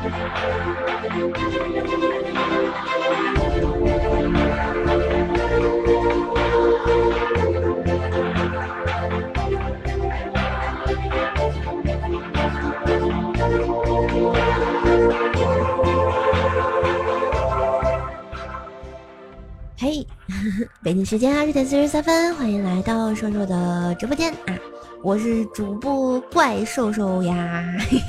嘿，北京时间20:43，欢迎来到瘦瘦的直播间啊！我是主播怪兽兽呀。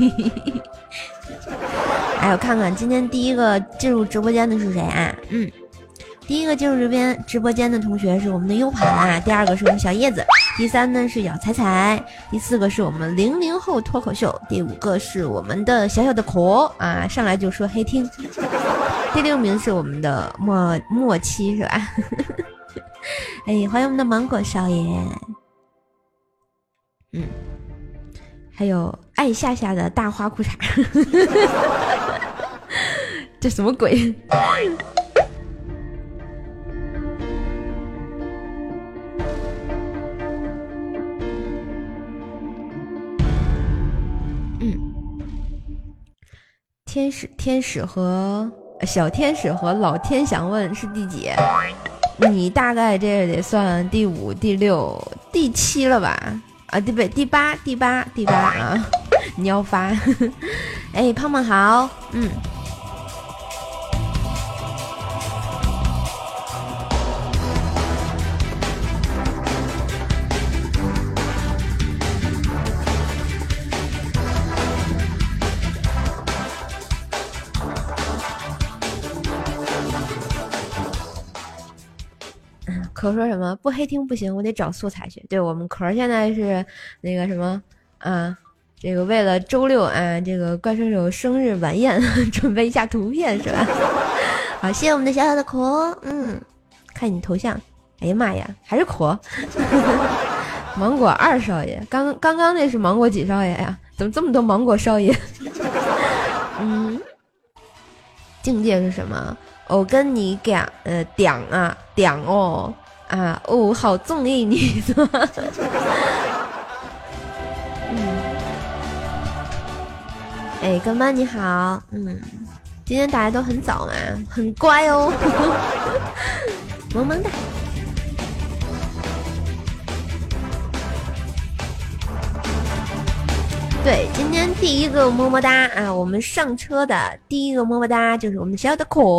哎，我看看今天第一个进入直播间的是谁啊？第一个进入直播间的同学是我们的 U 盘啊，第二个是我们小叶子，第三呢是咬彩彩，第四个是我们00后脱口秀，第五个是我们的小小的可啊，上来就说黑听，第6名是我们的莫七是吧？哎，欢迎我们的芒果少爷，还有爱夏夏的大花裤衩，这什么鬼？天使和小天使和老天想问是第几？你大概这得算第5、第6、第7了吧？啊，第八啊！你要发？哎，胖胖好，可说什么不黑听不行，我得找素材去。对，我们壳现在是那个什么啊，这个为了周六啊，这个怪兽手生日晚宴准备一下图片是吧？好，谢谢我们的小小的壳，看你头像，哎呀妈呀，还是壳。芒果2少爷，刚刚那是芒果几少爷呀？怎么这么多芒果少爷？境界是什么？我跟你讲哦啊哦，好中意你是吧？哎，跟班你好，今天大家都很早嘛，很乖哦，萌萌哒。对，今天第一个么么哒啊！我们上车的第一个么么哒就是我们小小的可。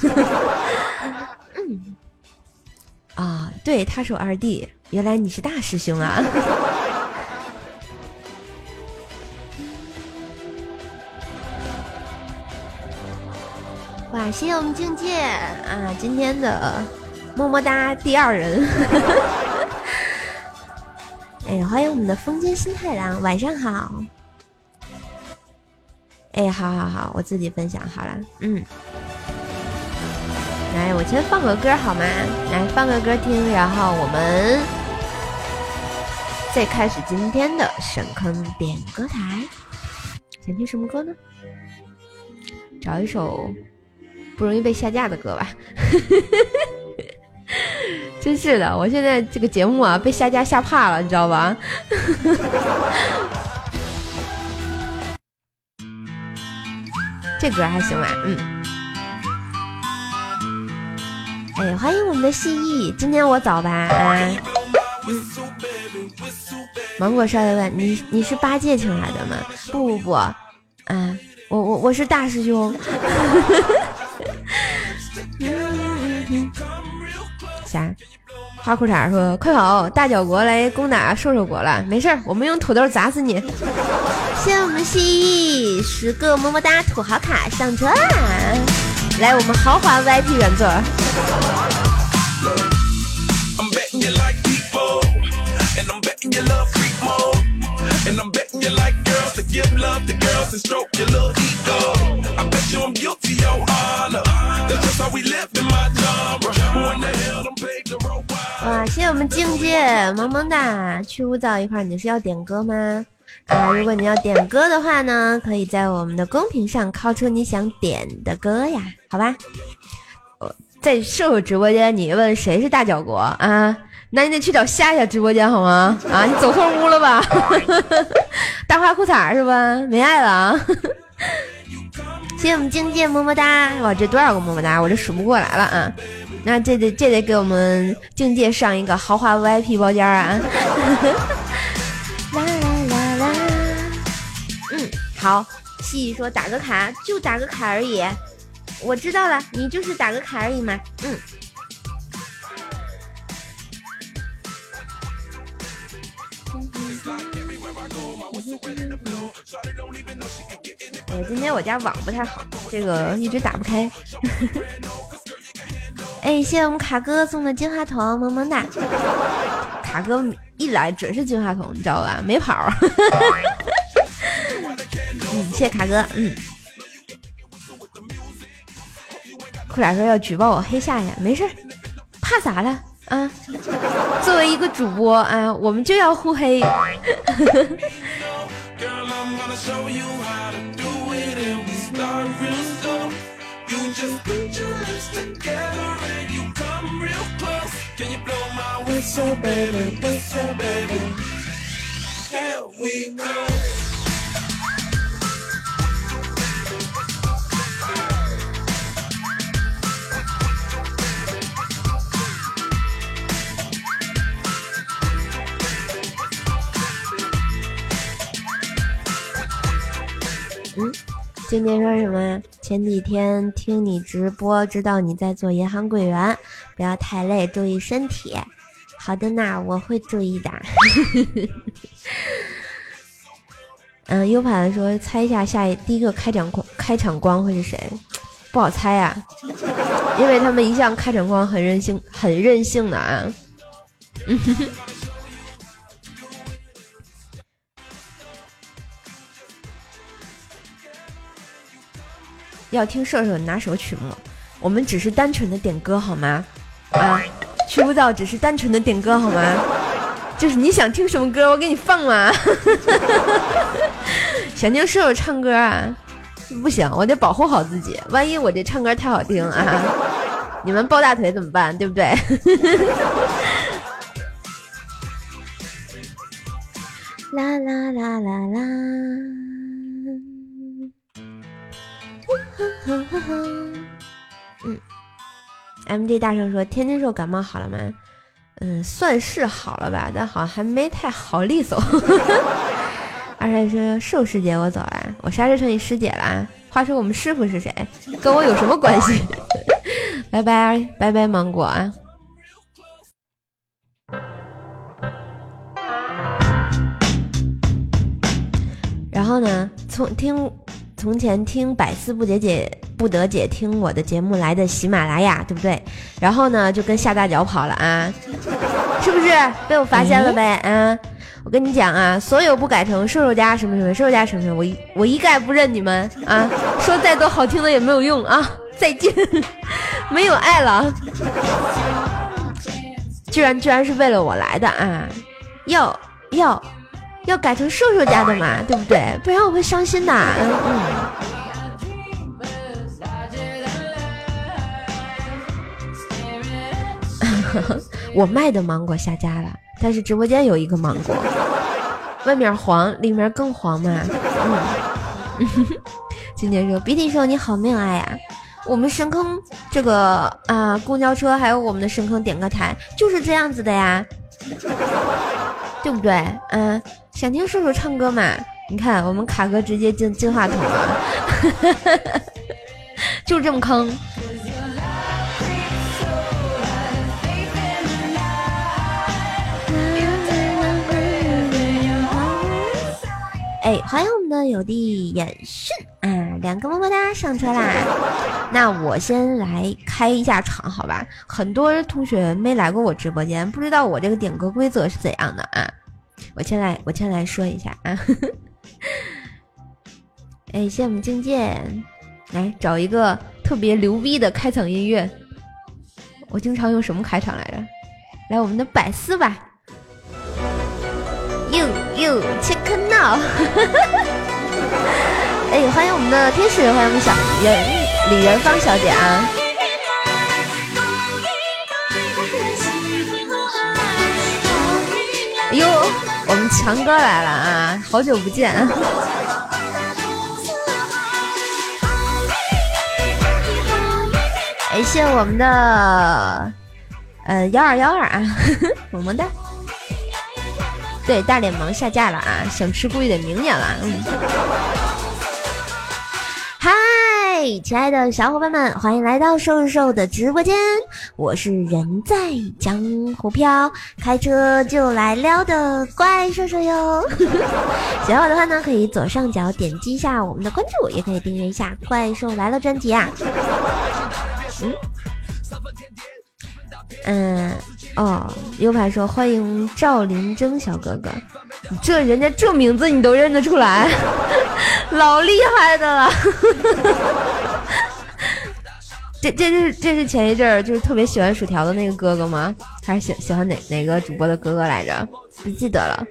啊，对，他是我2弟，原来你是大师兄啊！哇，谢谢我们境界啊！今天的么么哒第2人。哎，欢迎我们的风间新太郎，晚上好。哎，好，我自己分享好了，来，我先放个歌好吗？来，放个歌听，然后我们再开始今天的神坑点歌台。想听什么歌呢？找一首不容易被下架的歌吧。真是的，我现在这个节目啊被下架吓怕了，你知道吧？这歌还行吧，哎，欢迎我们的蜥蜴，今天我早吧啊，芒果少爷问你是8届请来的吗？不，啊，我是大师兄。啥？花裤衩说快跑，大脚国来攻打瘦瘦国了，没事儿，我们用土豆砸死你。谢谢我们蜥蜴10个么么哒，土豪卡上车啦！来，我们豪华 VIP 原座。哇，谢谢我们境界萌萌哒，去污皂一块，你是要点歌吗？啊，如果你要点歌的话呢，可以在我们的公屏上敲出你想点的歌呀，好吧？在瘦瘦直播间，你问谁是大脚国啊？那你得去找夏夏直播间好吗？啊，你走错屋了吧？大花裤衩是吧？没爱了啊！谢谢谢我们境界么么哒！哇，这多少个么么哒，我这数不过来了啊！那这得给我们境界上一个豪华 VIP 包间啊！啦啦啦啦！好，细说打个卡就打个卡而已，我知道了，你就是打个卡而已嘛。今天我家网不太好，这个一直打不开。哎，谢谢我们卡哥送的金话筒，萌萌哒。卡哥一来准是金话筒，你知道吧？没跑。谢谢卡哥。裤衩说要举报我黑夏呀，没事，怕啥了啊？作为一个主播啊，我们就要互黑。今天说什么？前几天听你直播，知道你在做银行柜员，不要太累，注意身体。好的呢，我会注意的。U 盘说猜一下第一个开场光会是谁？不好猜呀，因为他们一向开场光很任性的啊。要听射手哪首曲目？我们只是单纯的点歌好吗？啊，去不到只是单纯的点歌好吗？就是你想听什么歌，我给你放嘛。想听射手唱歌啊？不行，我得保护好自己，万一我这唱歌太好听啊，你们抱大腿怎么办？对不对？啦啦啦啦啦。MJ 大圣说天津兽感冒好了吗？算是好了吧，但好像还没太好利索。二帅说兽师姐我走了，我啥时成你师姐了？话说我们师傅是谁？跟我有什么关系？拜拜拜拜芒果啊！然后呢，从前听百思不得解听我的节目来的喜马拉雅，对不对？然后呢就跟下大脚跑了啊，是不是被我发现了呗？我跟你讲啊，所有不改成瘦瘦家什么什么瘦瘦家什么什么，我一概不认你们啊！说再多好听的也没有用啊！再见，没有爱了，居然是为了我来的啊！要改成瘦瘦家的嘛，对不对？不然我会伤心的。我卖的芒果下架了，但是直播间有一个芒果，外面黄，里面更黄嘛。今天说鼻涕说你好没有爱呀！我们深坑这个公交车还有我们的深坑点歌台就是这样子的呀，对不对？想听瘦瘦唱歌嘛？你看我们卡哥直接进话筒了，就这么坑。哎，欢迎我们的有地演训2个么么哒上车啦！那我先来开一下场，好吧？很多同学没来过我直播间，不知道我这个点歌规则是怎样的啊？我先来说一下啊。哎，谢谢我们境界，来找一个特别牛逼的开场音乐。我经常用什么开场来着？来我们的百思吧。You check now。哎，欢迎我们的天使，欢迎我们李仁芳小姐啊！哎呦，我们强哥来了啊！好久不见。 感谢我们的1212啊，么么哒。对，大脸盲下架了啊，想吃估计得明年了。嗨，亲爱的小伙伴们，欢迎来到瘦瘦的直播间，我是人在江湖飘，开车就来撩的怪兽兽哟。喜欢我的话呢，可以左上角点击一下我们的关注，也可以订阅一下怪兽来了专辑啊。U 盘说欢迎赵林征小哥哥，这人家这名字你都认得出来，老厉害的了。这是前一阵儿就是特别喜欢薯条的那个哥哥吗？还是喜欢哪个主播的哥哥来着？不记得了。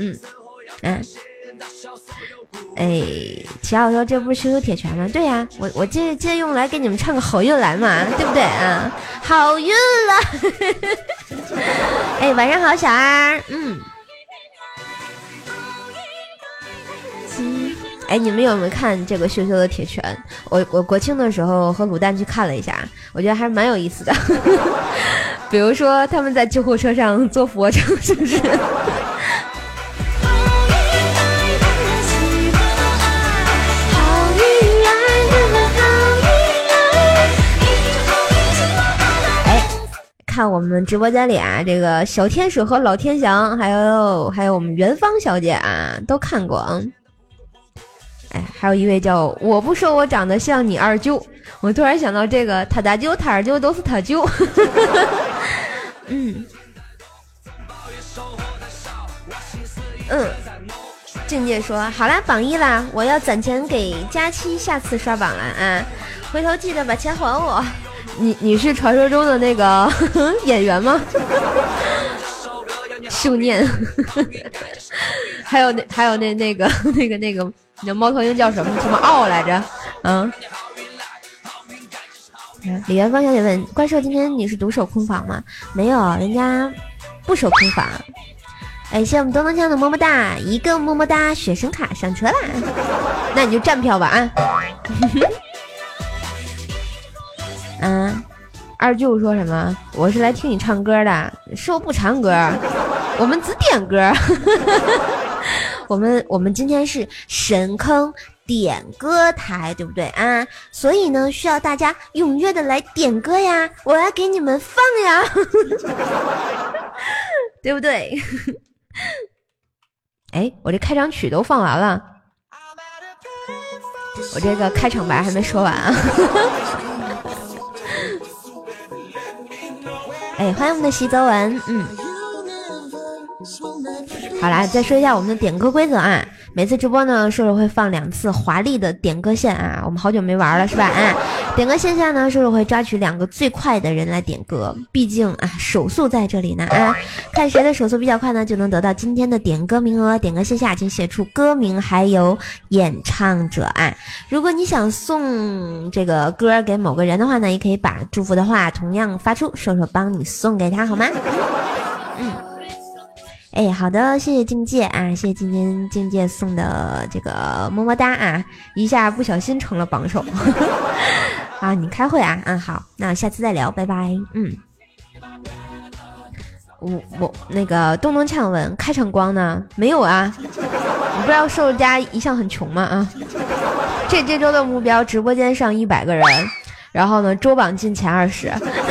齐奥说这不是羞羞铁拳吗？对呀，我这用来给你们唱个好运来嘛，对不对啊？好运了。晚上好，小二。你们有没有看这个羞羞的铁拳？我国庆的时候和卤蛋去看了一下，我觉得还蛮有意思的。比如说他们在救护车上做俯卧撑，是不是？看我们直播间里啊，这个小天使和老天祥，还有我们元芳小姐啊，都看过。还有一位叫我不说我长得像你二舅，我突然想到这个他大舅他二舅都是他舅。境界说好啦，榜一啦，我要攒钱给佳期下次刷榜了啊，回头记得把钱还我。你是传说中的那个演员吗？秀念。还有那个你的猫头鹰叫什么奥来着？李元芳小姐问怪兽，今天你是独守空房吗？没有，人家不守空房。谢谢我们东东强的么么哒，一个么么哒，学生卡上车啦。那你就站票吧啊。二舅说什么？我是来听你唱歌的，说不唱歌，我们只点歌。我们今天是神坑点歌台，对不对啊？所以呢，需要大家踊跃的来点歌呀，我来给你们放呀，对不对？我这开场曲都放完了，我这个开场白还没说完啊。欢迎我们的习泽文。好啦，再说一下我们的点歌规则啊。每次直播呢，瘦瘦会放2次华丽的点歌线啊，我们好久没玩了是吧？点歌线下呢，瘦瘦会抓取2个最快的人来点歌，毕竟啊手速在这里呢啊，看谁的手速比较快呢，就能得到今天的点歌名额。点歌线下请写出歌名还有演唱者啊。如果你想送这个歌给某个人的话呢，也可以把祝福的话同样发出，瘦瘦帮你送给他好吗？好的，谢谢境界啊，谢谢今天境界送的这个么么哒啊，一下不小心成了榜首。啊，你开会啊？好，那下次再聊，拜拜。我那个东东呛问开场光呢？没有啊，你不知道瘦瘦家一向很穷吗？啊，这周的目标直播间上100个人，然后呢周榜进前20。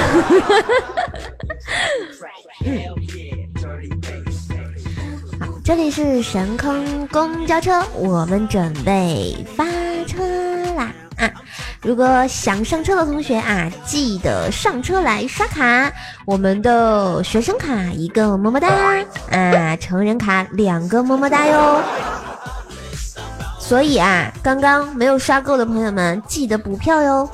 这里是神坑公交车，我们准备发车啦啊！如果想上车的同学啊，记得上车来刷卡，我们的学生卡1个么么哒啊，成人卡2个么么哒哟。所以啊，刚刚没有刷够的朋友们记得补票哟。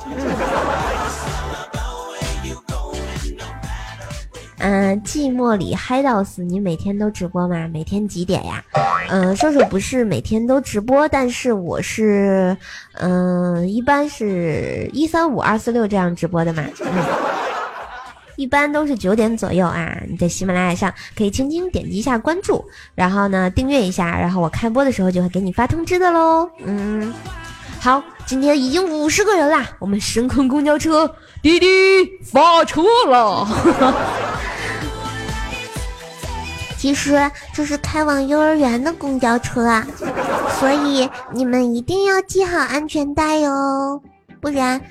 寂寞里嗨到死，你每天都直播吗？每天几点呀？瘦瘦不是每天都直播，但是我是一般是135、246这样直播的嘛。一般都是9点左右啊。你在喜马拉雅上可以轻轻点击一下关注，然后呢订阅一下，然后我开播的时候就会给你发通知的喽。 好，今天已经50个人啦，我们深坑公交车滴滴发车了。 其实这是开往幼儿园的公交车啊，所以你们一定要系好安全带哟，不然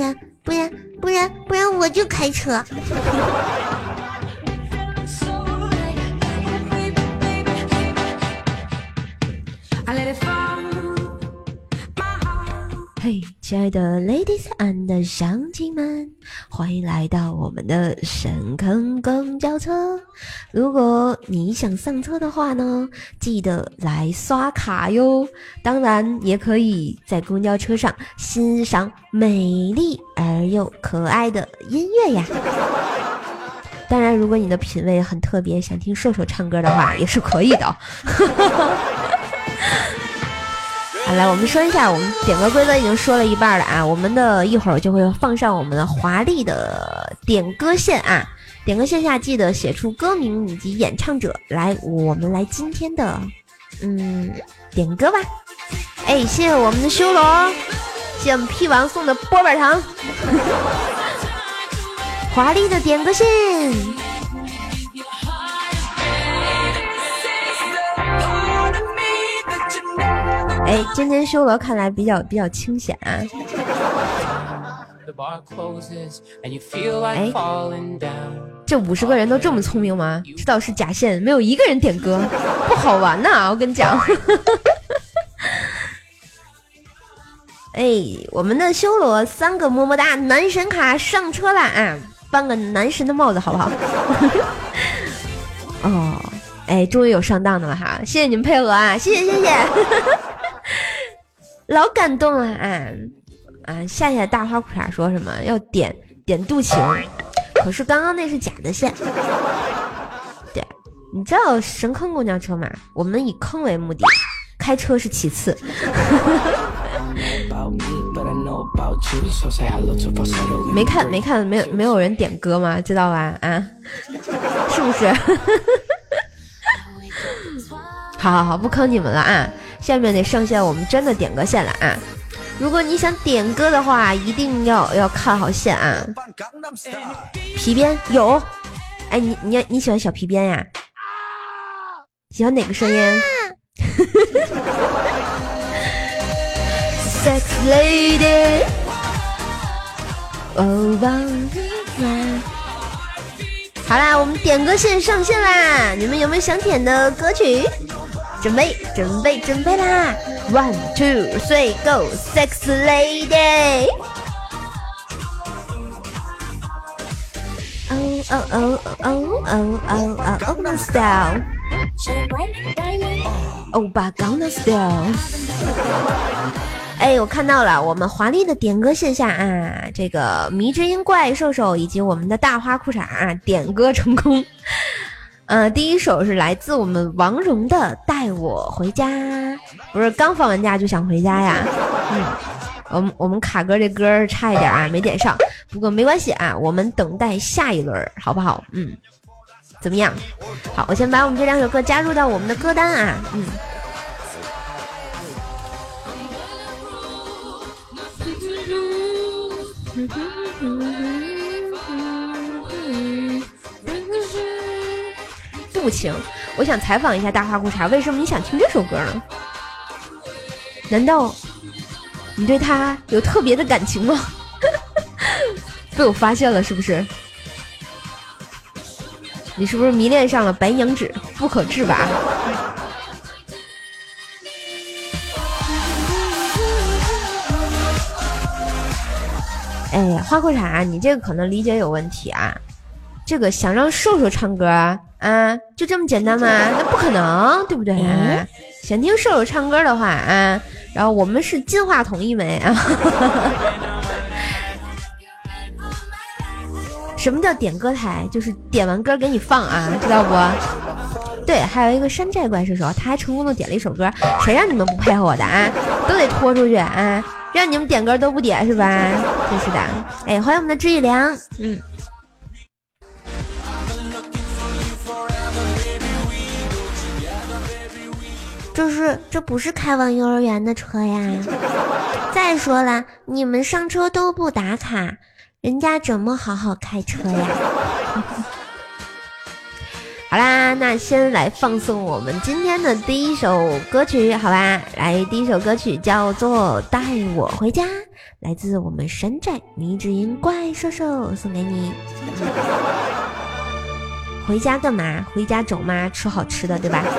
我就开车。 嘿，亲爱的 ladies and 乡亲们，欢迎来到我们的深坑公交车。如果你想上车的话呢，记得来刷卡哟。当然也可以在公交车上欣赏美丽而又可爱的音乐呀。当然如果你的品味很特别，想听瘦瘦唱歌的话也是可以的。好，来我们说一下，我们点歌规则已经说了一半了啊，我们的一会儿就会放上我们的华丽的点歌线啊，点歌线下记得写出歌名以及演唱者。来，我们来今天的点歌吧。哎，谢谢我们的修罗，谢谢我们屁王送的波板糖。华丽的点歌线。哎，今天修罗看来比较清闲啊。哎，这50个人都这么聪明吗？知道是假线，没有一个人点歌，不好玩呐！我跟你讲。哎，我们的修罗3个么么哒，男神卡上车啦啊！颁个男神的帽子好不好？哦，哎，终于有上当的了哈！谢谢你们配合啊，谢谢。老感动了啊！夏夏大花裤衩说什么要点肚情，可是刚刚那是假的线。对，你知道神坑公交车吗？我们以坑为目的，开车是其次。没看没有人点歌吗？知道吧？啊，是不是？好，不坑你们了啊！下面得上线我们真的点歌线了啊！如果你想点歌的话，一定要看好线啊！皮鞭有，哎，你喜欢小皮鞭呀？喜欢哪个声音？Sex lady， 哦好啦，我们点歌线上线啦！你们有没有想点的歌曲？准备啦 ！1 2 3 go sex lady。Gangnam style。欧巴 Gangnam style。哎，我看到了，我们华丽的点歌线下啊，这个迷之音怪兽兽以及我们的大花裤衩啊，点歌成功。第一首是来自我们王蓉的《带我回家》，不是刚放完假就想回家呀？我们卡歌这歌差一点啊，没点上，不过没关系啊，我们等待下一轮，好不好？怎么样？好，我先把我们这2首歌加入到我们的歌单啊，不情，我想采访一下大花裤衩，为什么你想听这首歌呢？难道你对他有特别的感情吗？被我发现了是不是？你是不是迷恋上了白娘子，不可自拔？哎，花裤衩，你这个可能理解有问题啊。这个想让瘦瘦唱歌啊，就这么简单吗？那不可能，对不对？想听瘦瘦唱歌的话啊，然后我们是金话筒一枚啊。什么叫点歌台？就是点完歌给你放啊，知道不？对，还有一个山寨怪兽手，他还成功的点了一首歌，谁让你们不配合我的啊？都得拖出去啊！让你们点歌都不点是吧？真是的。哎，欢迎我们的知雨良， 这不是开往幼儿园的车呀？ 再说了，你们上车都不打卡，人家怎么好好开车呀？ 好啦，那先来放送我们今天的第一首歌曲，好吧？来，第一首歌曲叫做《带我回家》，来自我们山寨迷之音怪兽兽，送给你。回家干嘛？回家走嘛，吃好吃的，对吧？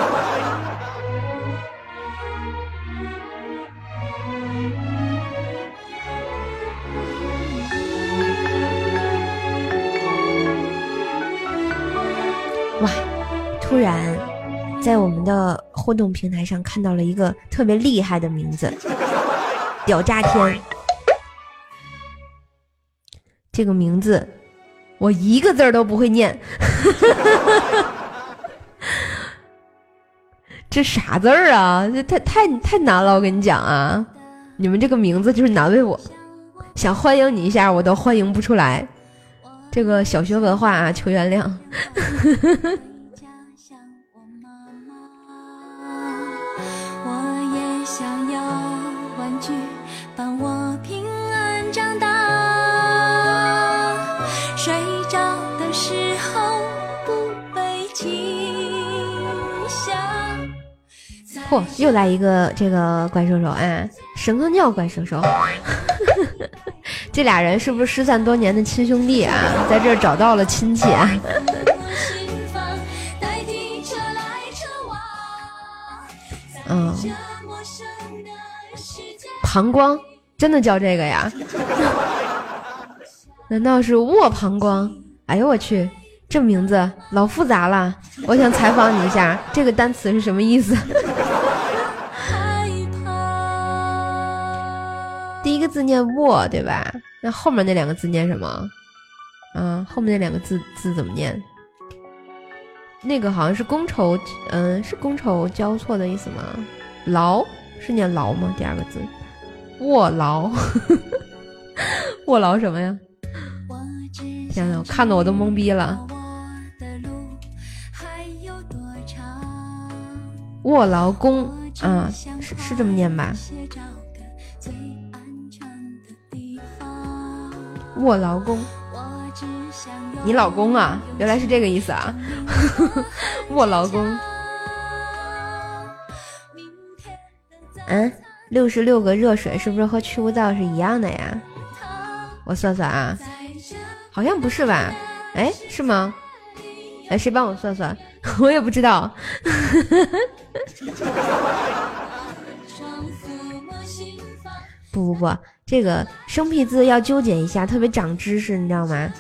哇，突然在我们的互动平台上看到了一个特别厉害的名字，屌炸天。这个名字我一个字儿都不会念。这啥字儿啊？这太难了，我跟你讲啊，你们这个名字就是难为我，想欢迎你一下我都欢迎不出来。这个小学文化啊，求原谅。 我也想要玩具伴我平安长大，睡着的时候不被惊吓。 嚯，又来一个这个怪兽兽啊，神坑尿怪兽兽。这俩人是不是失散多年的亲兄弟啊？在这儿找到了亲戚啊！嗯，膀胱真的叫这个呀？难道是卧膀胱？哎呦我去，这名字老复杂了。我想采访你一下，这个单词是什么意思？第一个字念卧，对吧？那后面那两个字念什么？啊，后面那两个字怎么念？那个好像是觥筹，是觥筹交错的意思吗？劳是念劳吗？第二个字，卧劳，卧劳什么呀？天哪，我看得我都懵逼了。卧劳宫啊，是这么念吧？卧劳宫，你老公啊？原来是这个意思啊！卧劳宫。66个热水是不是和去污皂是一样的呀？我算算啊，好像不是吧？哎，是吗？哎，谁帮我算算？我也不知道。不，这个生僻字要纠结一下，特别长知识，你知道吗？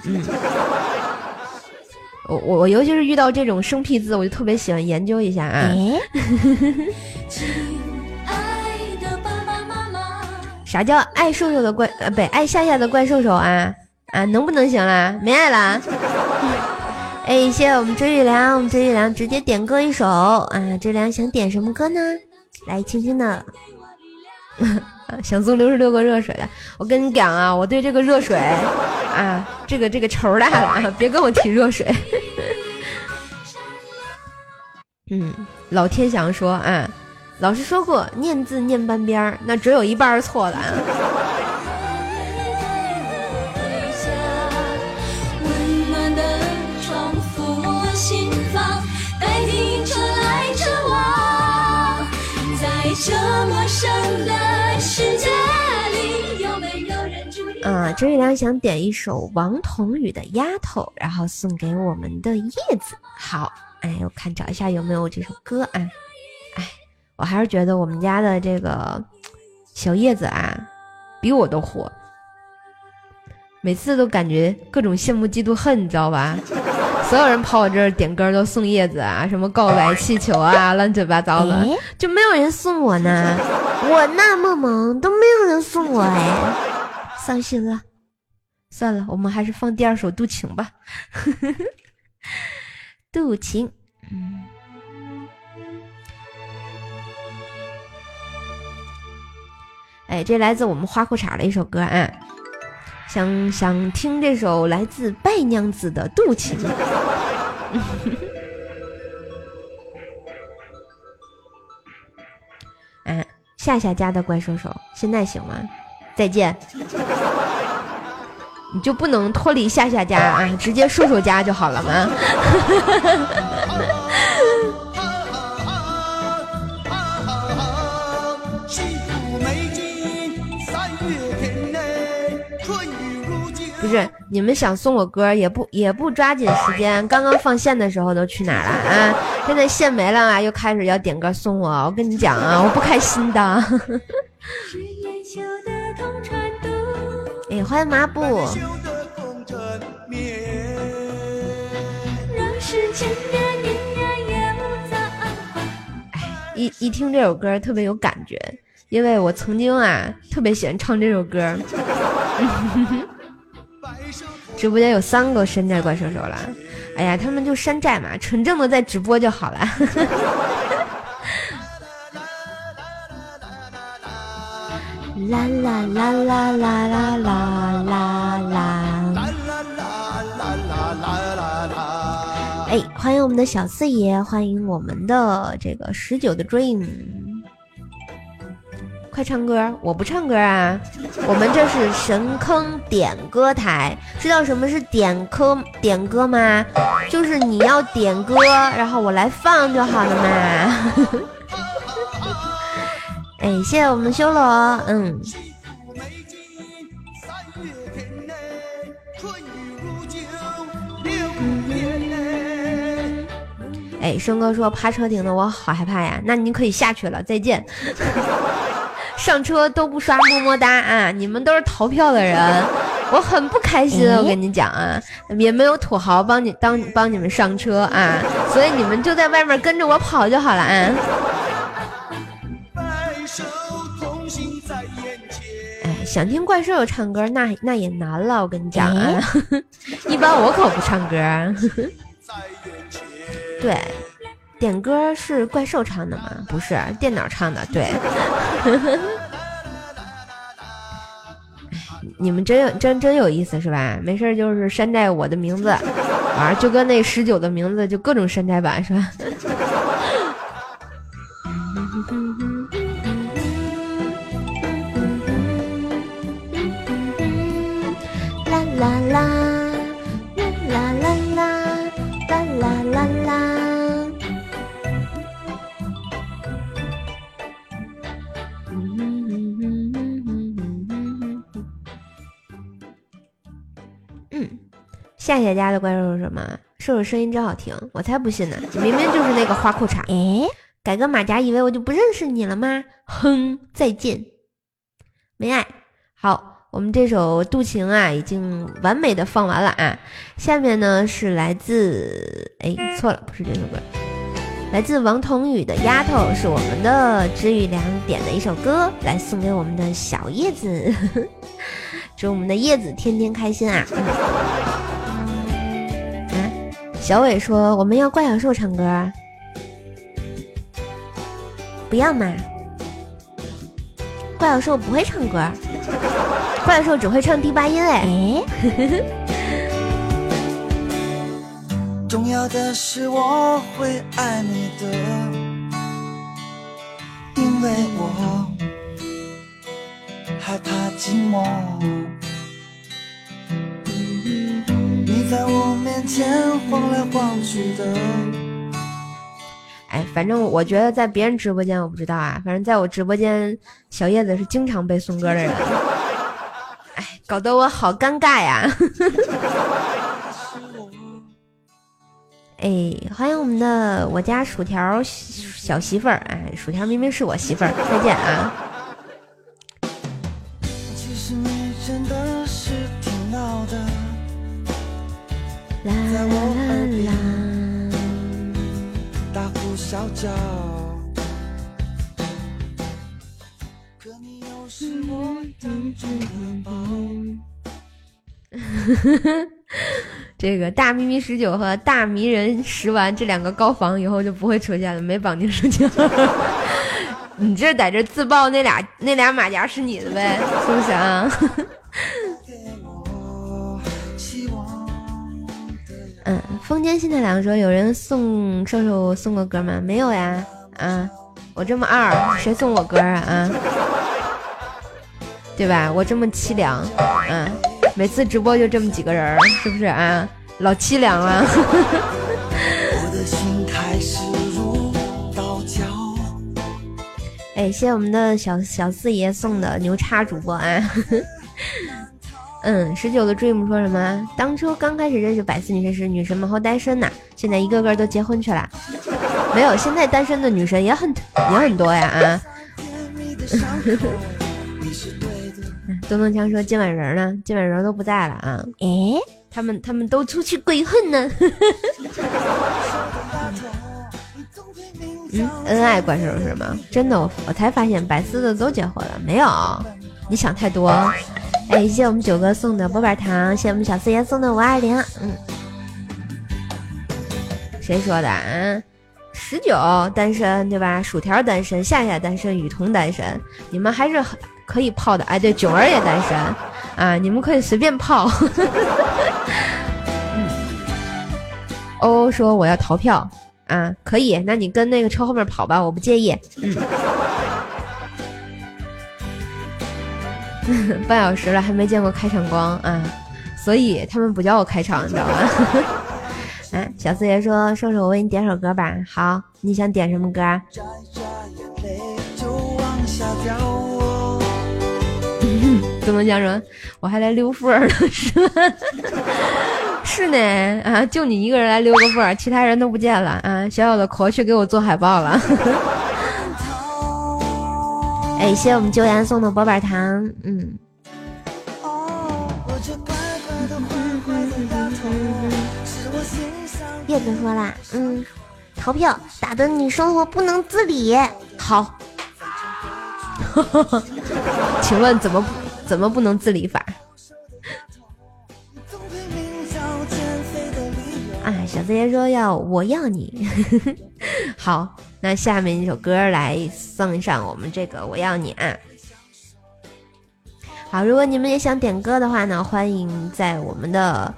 我尤其是遇到这种生僻字，我就特别喜欢研究一下啊。啥叫爱瘦瘦的怪不爱夏夏的怪兽兽啊？能不能行啦？没爱啦。哎，谢谢我们追雨良，直接点歌一首啊！追良想点什么歌呢？来，轻轻的。想送66个热水的，我跟你讲啊，我对这个热水啊，这个仇大了啊，别跟我提热水。老天祥说啊，老师说过念字念半边，那只有一半是错的啊。 温暖的窗抚我心房，代替车来车往，在这陌生的世界里，有没有人注意？ 追良想点一首王彤宇的丫头，然后送给我们的叶子。好，我看找一下有没有这首歌啊。我还是觉得我们家的这个小叶子啊，比我都火，每次都感觉各种羡慕嫉妒恨，你知道吧？所有人跑我这儿点歌都送叶子啊，什么告白气球啊，乱七八糟的，就没有人送我呢。我那么萌都没有人送我，伤心了。算了，我们还是放第二首《渡情》吧。渡情，这来自我们花裤衩的一首歌啊，想听这首来自败娘子的《渡情》。夏夏家的怪兽手现在行吗？ 再见。你就不能脱离夏夏家啊，直接瘦瘦家就好了吗？不是，你们想送我歌也不抓紧时间，刚刚放线的时候都去哪儿了啊？现在线没了啊，又开始要点歌送我，我跟你讲啊，我不开心的。哎，欢迎麻布。一听这首歌特别有感觉，因为我曾经啊特别喜欢唱这首歌。直播间有3个山寨怪兽手了，哎呀，他们就山寨嘛，纯正的在直播就好了。啦啦啦啦啦啦啦啦啦！哎，欢迎我们的小四爷，欢迎我们的这个19的 Dream。快唱歌！我不唱歌啊，我们这是神坑点歌台，知道什么是点歌吗？就是你要点歌，然后我来放就好了嘛。哎，谢谢我们修罗，哎，生哥说趴车顶的我好害怕呀，那你可以下去了，再见。上车都不刷么么哒啊！你们都是逃票的人，我很不开心。我跟你讲啊，也没有土豪帮你们上车啊，所以你们就在外面跟着我跑就好了啊。哎，想听怪兽唱歌那也难了，我跟你讲啊，一般我可不唱歌。对。点歌是怪兽唱的吗？不是，电脑唱的。对，你们真有意思是吧？没事就是山寨我的名字，啊，就跟那19的名字就各种山寨版是吧？啦啦啦啦啦啦啦啦啦。夏夏家的怪兽是什么？兽兽声音真好听，我才不信呢！你明明就是那个花裤衩。哎，改个马甲，以为我就不认识你了吗？哼，再见，没爱。好，我们这首《渡情》啊，已经完美的放完了啊。下面呢是来自，哎，错了，不是这首歌，来自王彤宇的《丫头》，是我们的知雨良点的一首歌，来送给我们的小叶子，祝我们的叶子天天开心啊！小伟说我们要怪小兽唱歌，不要嘛，怪小兽不会唱歌，怪小兽只会唱低八音。哎， 重要的是我会爱你的，因为我害怕寂寞，你在我面前晃来晃去的。 哎，反正我觉得在别人直播间我不知道啊，反正在我直播间小叶子是经常被送歌的人。哎，搞得我好尴尬呀。哎，欢迎我们的我家薯条小媳妇儿。哎，薯条明明是我媳妇儿。再见啊。 其实你真的是挺闹的， 啦啦啦， 大呼小叫，可你又是我当中的宝。 这个大咪咪19和大迷人10丸这两个高仿以后就不会出现了，没绑定事情。你这在这自曝那俩马甲是你的呗，是不是啊？风间心太郎说有人送瘦瘦送过歌吗？没有呀。啊，我这么二，谁送我歌啊？啊， 对吧？我这么凄凉，每次直播就这么几个人，是不是啊？老凄凉了。 我的心开始如刀绞。 哎，谢谢我们的小四爷送的牛叉主播啊。19的 Dream 说什么？当初刚开始认识百思女神时，女神们后单身呢，现在一个个都结婚去了。没有，现在单身的女神也很多呀啊。东东强说今晚人呢？今晚人都不在了啊。 诶， 他们都出去鬼混呢。恩爱怪兽是吗？真的，我才发现百思的都结婚了。没有，你想太多。哎，谢谢我们九哥送的波板糖，谢谢我们小四爷送的520。谁说的啊？19单身对吧？薯条单身，夏夏单身，雨桐单身，你们还是可以泡的。哎，对，囧儿也单身啊，你们可以随便泡。欧说我要逃票啊，可以，那你跟那个车后面跑吧，我不介意。半小时了还没见过开场光啊，所以他们不叫我开场，你知道吗？小四爷说瘦瘦我为你点首歌吧。好，你想点什么歌？怎么讲说我还来溜缝了是吧？是呢啊，就你一个人来溜个缝，其他人都不见了啊！小小的口去给我做海报了。哎，谢谢我们九言送的波板糖。 叶子说啦，逃票打得你生活不能自理。 好。请问怎么不能自理法？小四爷说我要你。好，那下面一首歌来送上我们这个我要你啊。好，如果你们也想点歌的话呢，欢迎在我们的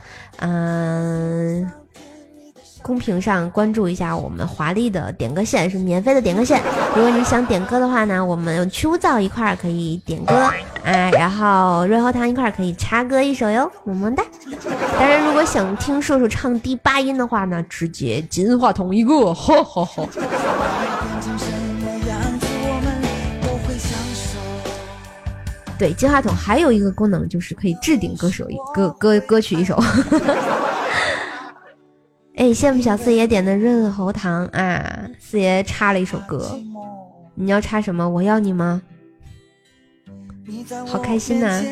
公屏上关注一下我们华丽的点歌线，是免费的点歌线。如果你想点歌的话呢，我们去污皂一块可以点歌然后润喉糖一块可以插歌一首哟，么么哒。当然如果想听瘦瘦唱第8音的话呢，直接金话筒一个，吼吼吼。对，金话筒还有一个功能就是可以置顶歌曲一首。哎，谢谢我们小四爷点的润喉糖啊，四爷插了一首歌，你要插什么？我要你吗？好开心呐！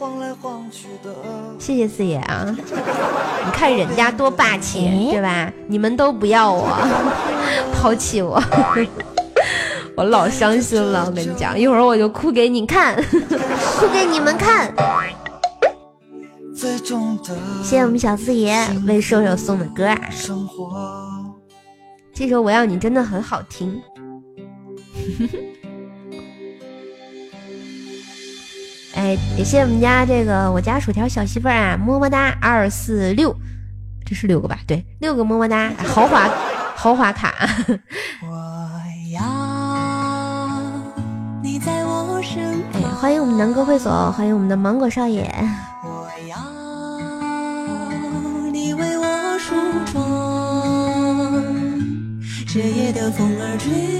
谢谢四爷啊！你看人家多霸气，对吧？你们都不要我，抛弃我，我老伤心了。我跟你讲，一会儿我就哭给你看，哭给你们看。谢谢我们小四爷为瘦瘦送的歌啊，这首我要你真的很好听。哎，也谢谢我们家这个我家薯条小媳妇儿啊，么么哒246，这是6个吧？对，6个么么哒，豪华卡。 我要你在我身旁。 哎，欢迎我们南哥会所，欢迎我们的芒果少爷。 我要你为我梳妆，这夜的风儿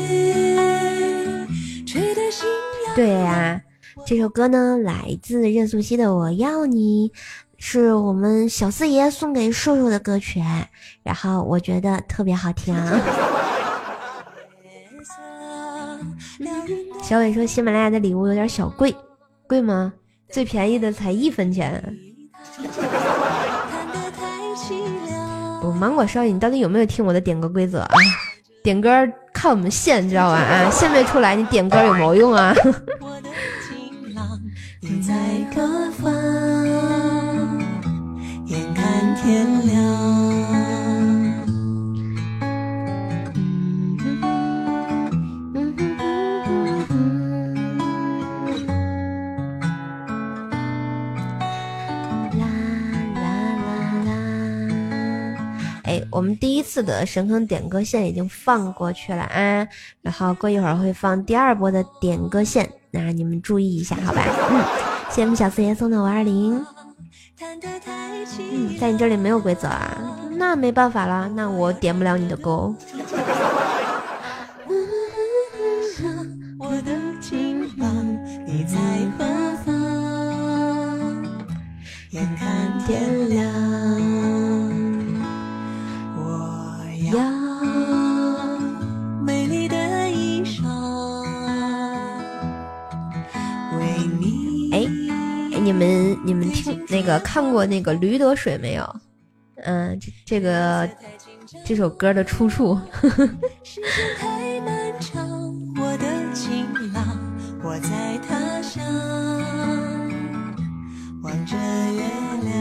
吹得心痒。 对呀，这首歌呢来自任素汐的《我要你》，是我们小四爷送给瘦瘦的歌曲，然后我觉得特别好听。小伟说喜马拉雅的礼物有点小贵，贵吗？最便宜的才1分钱。我芒果少爷，你到底有没有听我的点歌规则啊？点歌看我们线，知道吧？啊，线没出来，你点歌有毛用啊？ 你在何方？眼看天亮。 我们第1次的神坑点歌线已经放过去了啊，然后过一会儿会放第2波的点歌线，那你们注意一下好吧。 谢谢我们小四爷送的520。在你这里没有规则啊，那没办法了，那我点不了你的歌。 我的近方，你在何方？眼看天亮，我要美丽的衣裳，为你。 哎，你们听那个看过那个驴得水没有？这首歌的出处。 时间太漫长，我的情郎，我在他乡望着月亮。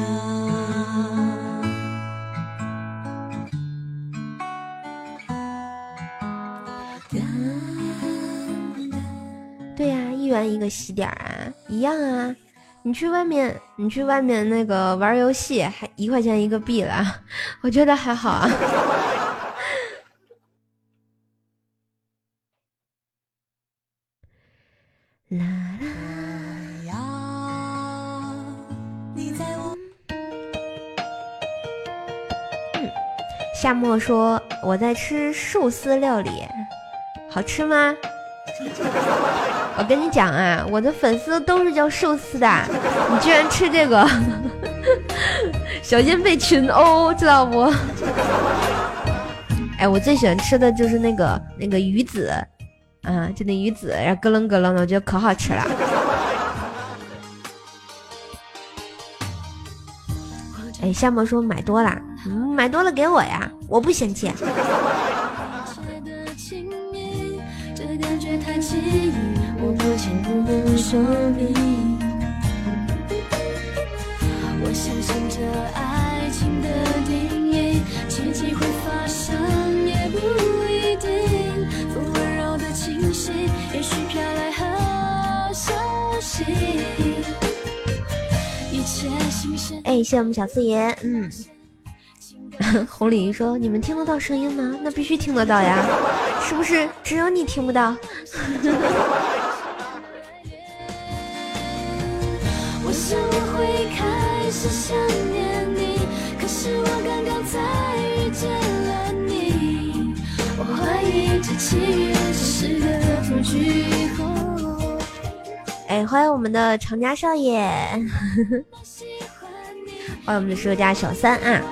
对呀，1元一个喜点啊，一样啊。你去外面那个玩游戏，还1块钱一个币了，我觉得还好啊。啦啦，夏末说我在吃寿司料理，好吃吗？我跟你讲啊，我的粉丝都是叫寿司的，你居然吃这个，小心被群殴，知道不？哎，我最喜欢吃的就是那个鱼子，啊，就那鱼子，然后咯楞咯楞的，我觉得可好吃了。哎，夏末说买多了，买多了给我呀，我不嫌弃。 太奇异，我抱歉不能说明。我相信这爱情的定义，奇迹会发生也不一定。风温柔的气息，也许飘来好消息。一切新鲜。 哎，谢谢我们小四爷，红鲤鱼说：“你们听得到声音吗？那必须听得到呀，是不是？只有你听不到。” 我想我会开始想念你，可是我刚刚才遇见了你。我怀疑这契约只是个错句号。 哎，欢迎我们的常家少爷，欢迎我们的社家小三啊。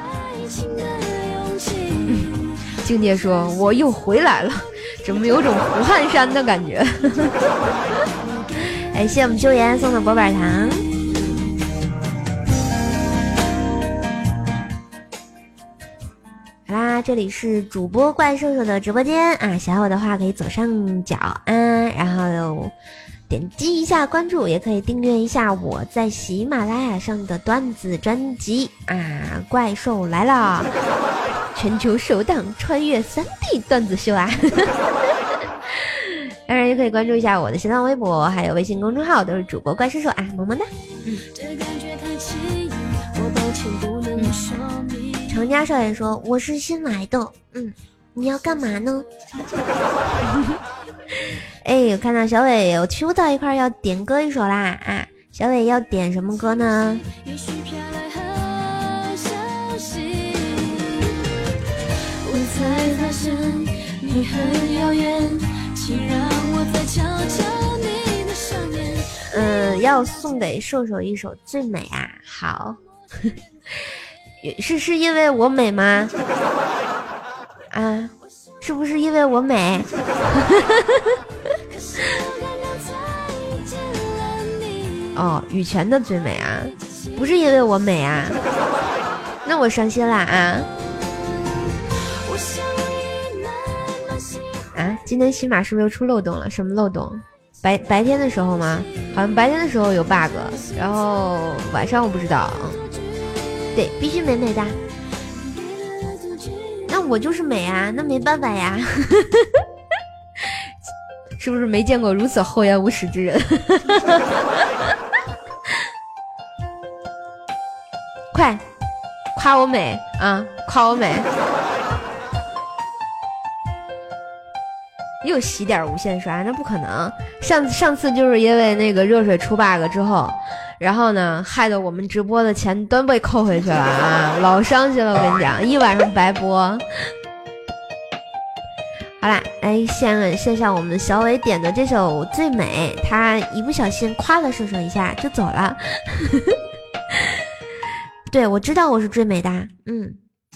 境界说：“我又回来了，怎么有种胡汉山的感觉？”哎，谢谢我们秋妍送的薄板糖。好啦，这里是主播怪兽兽的直播间啊，喜欢我的话可以左上角然后点击一下关注，也可以订阅一下我在喜马拉雅上的段子专辑啊，怪兽来了。全球首档穿越3D 段子秀啊！当然也可以关注一下我的新浪微博，还有微信公众号，都是主播怪兽兽啊，么么哒。程家少爷说我是新来的，你要干嘛呢？哎，我看到小伟有 Q 到一块要点歌一首啦啊！小伟要点什么歌呢？ 才发现你很遥远，请让我再瞧瞧你的少年。 要送给兽兽一首《最美》啊。好，是因为我美吗？啊，是不是因为我美？哦，羽泉的《最美》啊，不是因为我美啊，那我伤心啦啊！啊，今天喜马是不是又出漏洞了？什么漏洞？白天的时候吗？好像白天的时候有 bug， 然后晚上我不知道。对，必须美美的。那我就是美啊，那没办法呀。是不是没见过如此厚颜无耻之人？快夸我美啊，夸我美。又洗点无限刷，那不可能。上次就是因为那个热水出 bug 之后， 然后呢，害得我们直播的钱都被扣回去了啊，老伤心了，我跟你讲，一晚上白播。好啦，来献上我们的小伟点的这首《最美》，他一不小心夸了瘦瘦一下就走了。对，我知道我是最美的，嗯。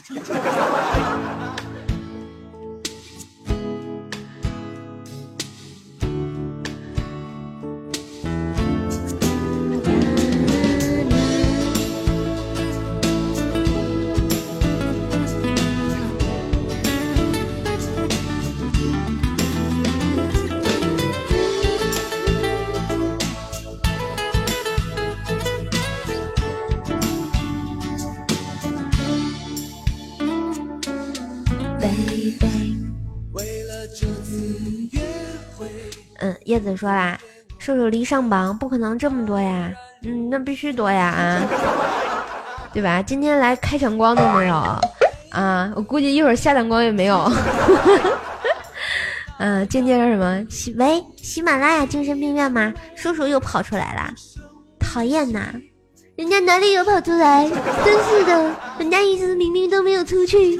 叶子说啦，瘦瘦离上榜不可能这么多呀，那必须多呀啊，对吧？今天来开场光都没有啊，我估计一会儿下档光也没有。境界是什么？喜马拉雅精神病院吗？叔叔又跑出来了，讨厌呐！人家哪里有跑出来？真是的，人家一直明明都没有出去。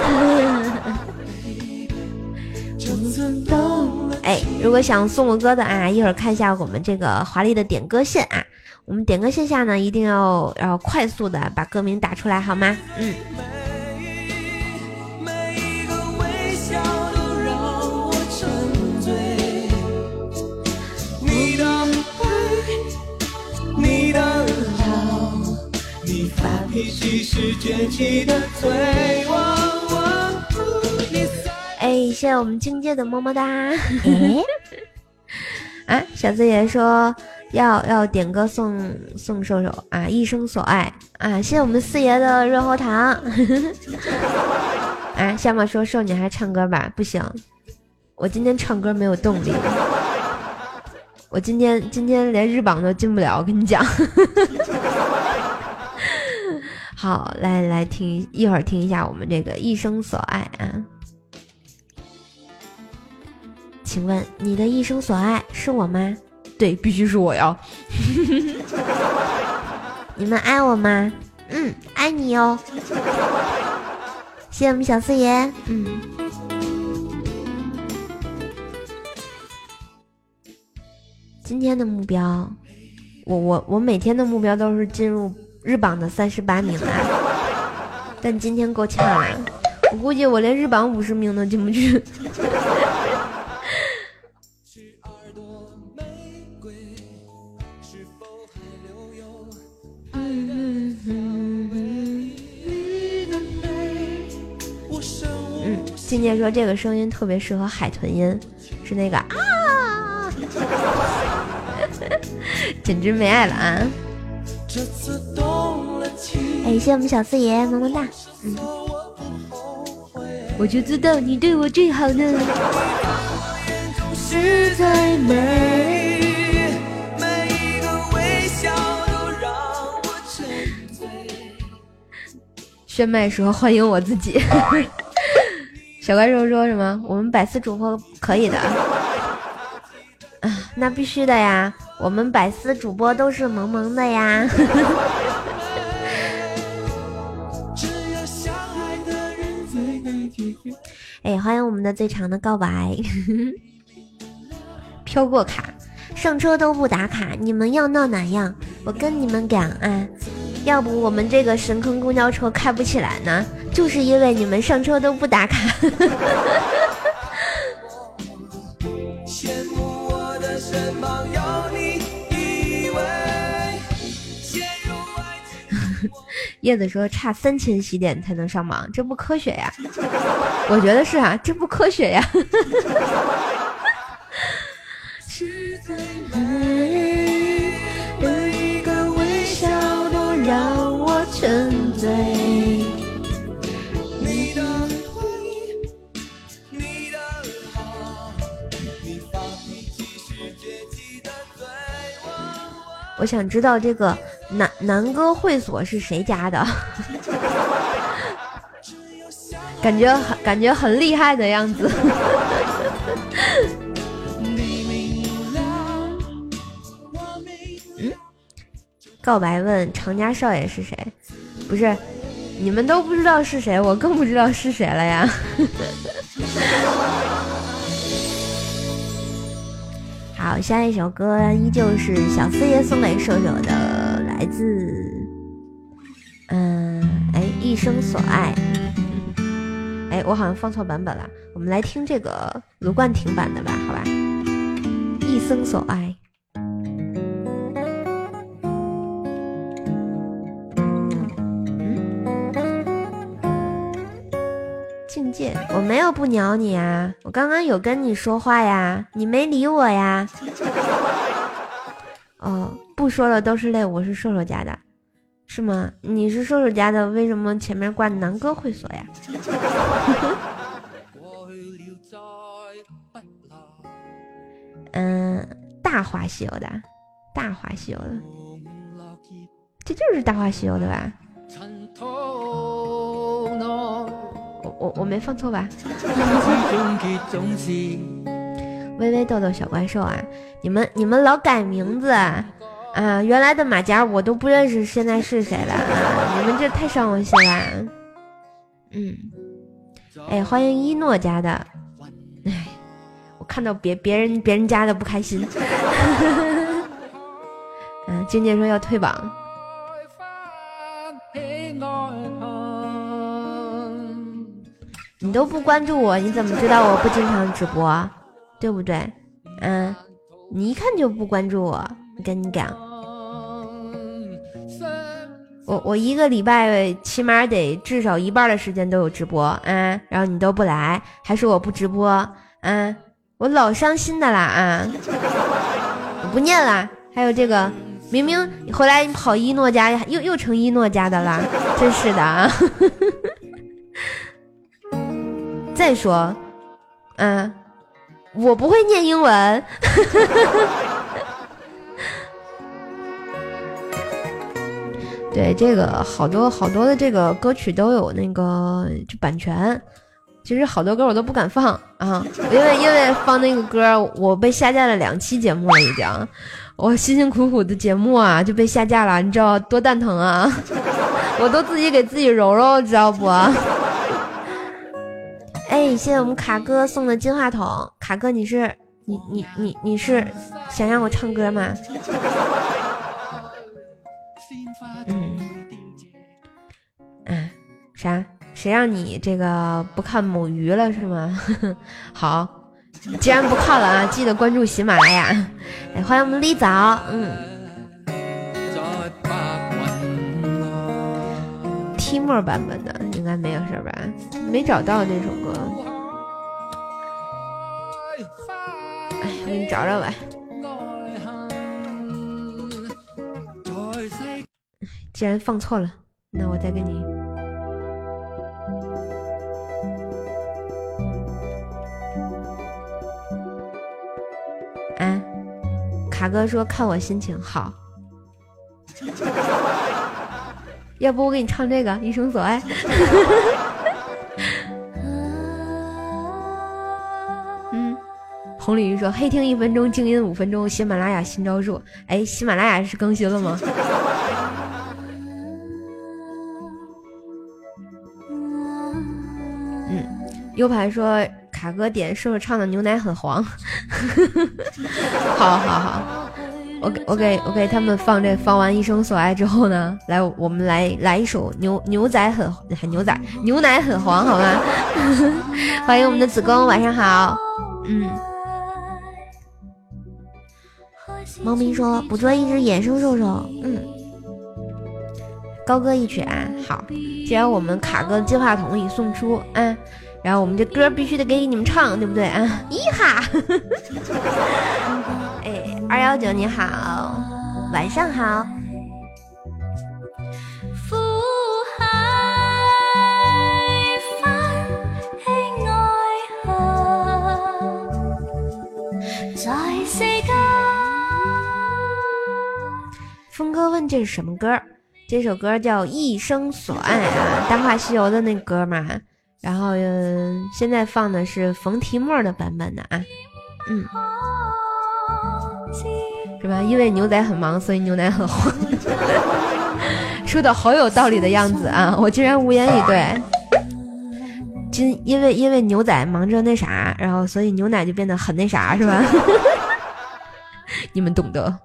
哎，如果想送我歌的啊，一会儿看一下我们这个华丽的点歌线啊。我们点歌线下呢，一定要快速的把歌名打出来，好吗？ 你的好，你发脾气时卷起的嘴， 哎，谢谢我们境界的么么哒。啊，小四爷说要点歌送瘦瘦啊，一生所爱啊！谢谢我们四爷的润喉糖。啊，夏马说瘦你还唱歌吧？不行，我今天唱歌没有动力。我今天连日榜都进不了，我跟你讲。好，来听一会儿听一下我们这个一生所爱啊。请问你的一生所爱是我吗？对，必须是我呀。你们爱我吗？爱你哦。谢谢我们小四爷。今天的目标，我每天的目标都是进入日榜的38名啊，但今天够呛了，我估计我连日榜50名都进不去。今年说这个声音特别适合海豚音，是那个啊。简直没爱了啊！哎，谢谢我们小四爷，么么哒。我就知道你对我最好呢。实在美，每一个微笑都让我沉醉。宣麦说欢迎我自己。小怪兽说什么？我们百思主播可以的。啊，那必须的呀！我们百思主播都是萌萌的呀。哎，欢迎我们的最长的告白。飘过卡，上车都不打卡，你们要闹哪样？我跟你们讲啊，要不我们这个神坑公交车开不起来呢，就是因为你们上车都不打卡。叶子说差3000喜点才能上榜，这不科学呀。我觉得是啊，这不科学呀。实在美，每一个微笑都让我沉醉。你的好，你发脾气时撅起的嘴。我想知道这个南歌会所是谁家的？感觉很厉害的样子。 告白问常家少爷是谁？不是，你们都不知道是谁，我更不知道是谁了呀。好，下一首歌依旧是小四爷送给瘦瘦的，来自一生所爱。我好像放错版本了，我们来听这个卢冠廷版的吧，好吧？一生所爱。境界，我没有不鸟你啊，我刚刚有跟你说话呀，你没理我呀。哦，不说了，都是泪，我是瘦瘦家的，是吗？你是瘦瘦家的，为什么前面挂南哥会所呀？大话西游的，大话西游的，这就是大话西游的吧？我没放错吧？微微豆豆小怪兽啊，你们老改名字啊，原来的马甲我都不认识，现在是谁了啊？你们这太伤我心了。欢迎一诺家的，我看到别人家的不开心。静姐说要退榜。你都不关注我，你怎么知道我不经常直播？对不对？你一看就不关注我，我跟你讲，我一个礼拜起码得至少一半的时间都有直播然后你都不来，还说我不直播我老伤心的啦我不念了。还有这个，明明回来你跑一诺家，又成一诺家的啦，真是的啊！再说，我不会念英文。对，这个好多的这个歌曲都有那个版权，其实好多歌我都不敢放因为放那个歌我被下架了2期节目了已经，我辛辛苦苦的节目就被下架了，你知道多蛋疼啊！我都自己给自己揉揉，知道不？谢谢我们卡哥送的金话筒。卡哥，你是想让我唱歌吗？啥？谁让你这个不看某鱼了是吗？好，既然不看了记得关注喜马拉雅。欢迎我们李早。T 末版本的应该没有事吧？没找到这首歌。我给你找找吧。既然放错了，那我再给你。卡哥说看我心情好。要不我给你唱这个一生所爱。红鲤鱼说黑听1分钟，静音5分钟，喜马拉雅新招数。喜马拉雅是更新了吗？U 盘说卡哥点瘦瘦唱的牛奶很黄。好，我给他们放完一生所爱之后呢，我们来一首牛奶很黄，好吗？欢迎我们的子宫，晚上好。猫咪说捕捉一只野生兽兽。高歌一曲好，既然我们卡哥金话筒已送出然后我们这歌必须得给你们唱，对不对一哈。219你好，晚上好。 苦海翻起愛恨，在世間。 峰哥问这是什么歌？这首歌叫《一生所爱》大话西游的那歌嘛。然后现在放的是冯提莫的版本的是吧？因为牛仔很忙，所以牛奶很黄。说的好有道理的样子啊，我竟然无言以对。因为牛仔忙着那啥，然后所以牛奶就变得很那啥，是吧？你们懂得。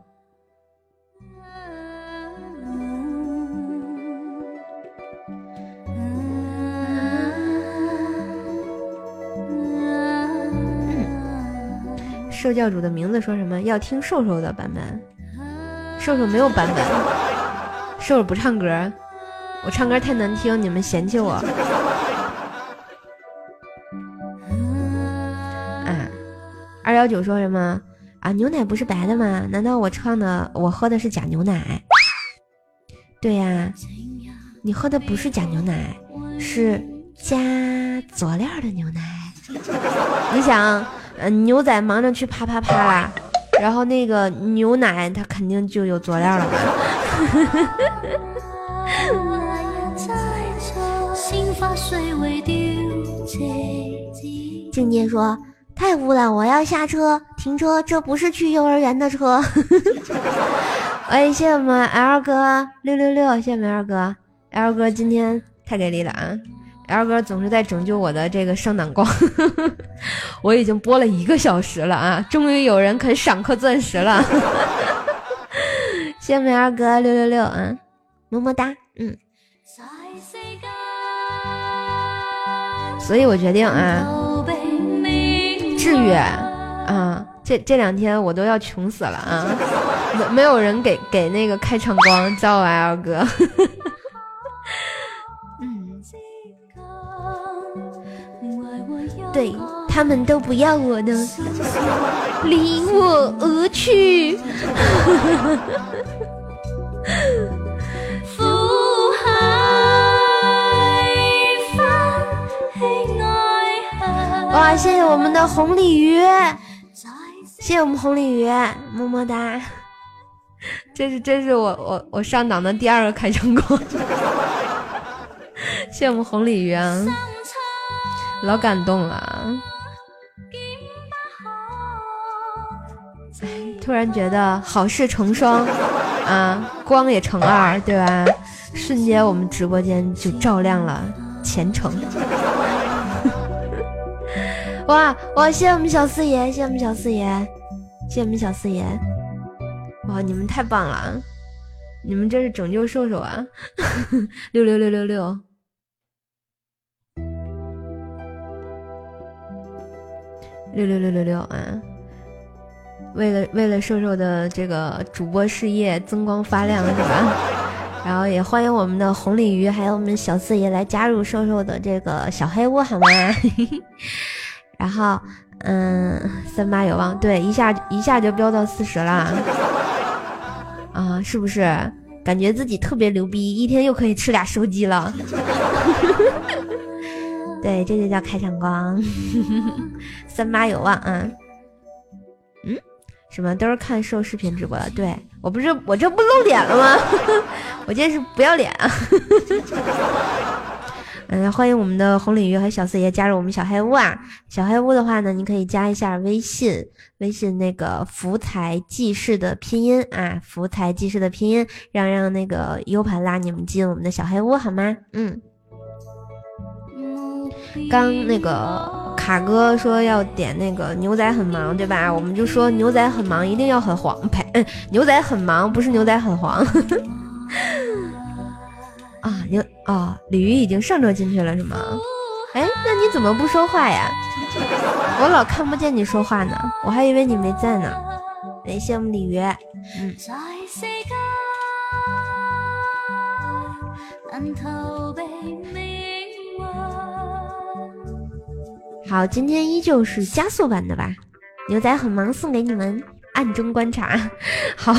受教主的名字说什么？要听瘦瘦的版本。瘦瘦没有版本，瘦瘦不唱歌，我唱歌太难听，你们嫌弃我。219说什么啊？牛奶不是白的吗？难道我喝的是假牛奶？对呀，你喝的不是假牛奶，是加佐料的牛奶。你想，牛仔忙着去啪啪啪啦，然后那个牛奶它肯定就有佐料了吧？ 静姐说太污了，我要下车停车，这不是去幼儿园的车。 哎，谢谢我们 L 哥666，谢谢我们 L 哥。L 哥今天太给力了啊！ L 哥总是在拯救我的这个上档光。我已经播了1个小时了啊，终于有人肯赏颗钻石了。谢谢我们 L 哥666啊，么么哒。所以我决定啊，至于啊，这2天我都要穷死了啊！没有人给那个开场光，叫我 L 哥。对，他们都不要我呢，离我而去。哇，谢谢我们的红鲤鱼，谢谢我们红鲤鱼，么么哒。这是我上档的第2个开场光。谢谢我们红鲤鱼啊，老感动了。突然觉得好事成双啊，光也成2，对吧？瞬间我们直播间就照亮了前程。哇，谢谢我们小四爷，谢谢我们小四爷，谢谢我们小四爷。哇，你们太棒了，你们这是拯救兽兽啊！66666。66666啊！为了兽兽的这个主播事业增光发亮，是吧？然后也欢迎我们的红鲤鱼，还有我们小四爷来加入兽兽的这个小黑屋，好吗？然后，38有望，对，一下就飙到40了，啊，是不是？感觉自己特别牛逼，一天又可以吃俩手机了。对，这就叫开场光。38有望啊。什么都是看瘦视频直播的？对，我这不露脸了吗？我这是不要脸啊。欢迎我们的红鲤鱼和小四爷加入我们小黑屋啊！小黑屋的话呢，你可以加一下微信那个福财记事的拼音啊，福财记事的拼音，让那个 U 盘拉你们进我们的小黑屋好吗？刚那个卡哥说要点那个牛仔很忙，对吧？我们就说牛仔很忙一定要很黄，牛仔很忙不是牛仔很黄。啊，鲤鱼已经上车进去了是吗？哎，那你怎么不说话呀？我老看不见你说话呢，我还以为你没在呢。谢谢我们鲤鱼。好，今天依旧是加速版的吧？牛仔很忙送给你们，暗中观察。好。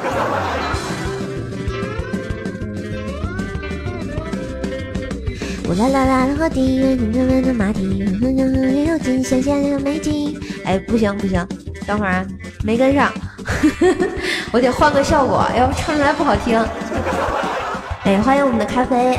乌啦啦啦的河堤，很多人的马蹄，很有劲，香香的美景。哎，不行，等会儿啊，没跟上，我得换个效果，要不唱出来不好听。哎，欢迎我们的咖啡，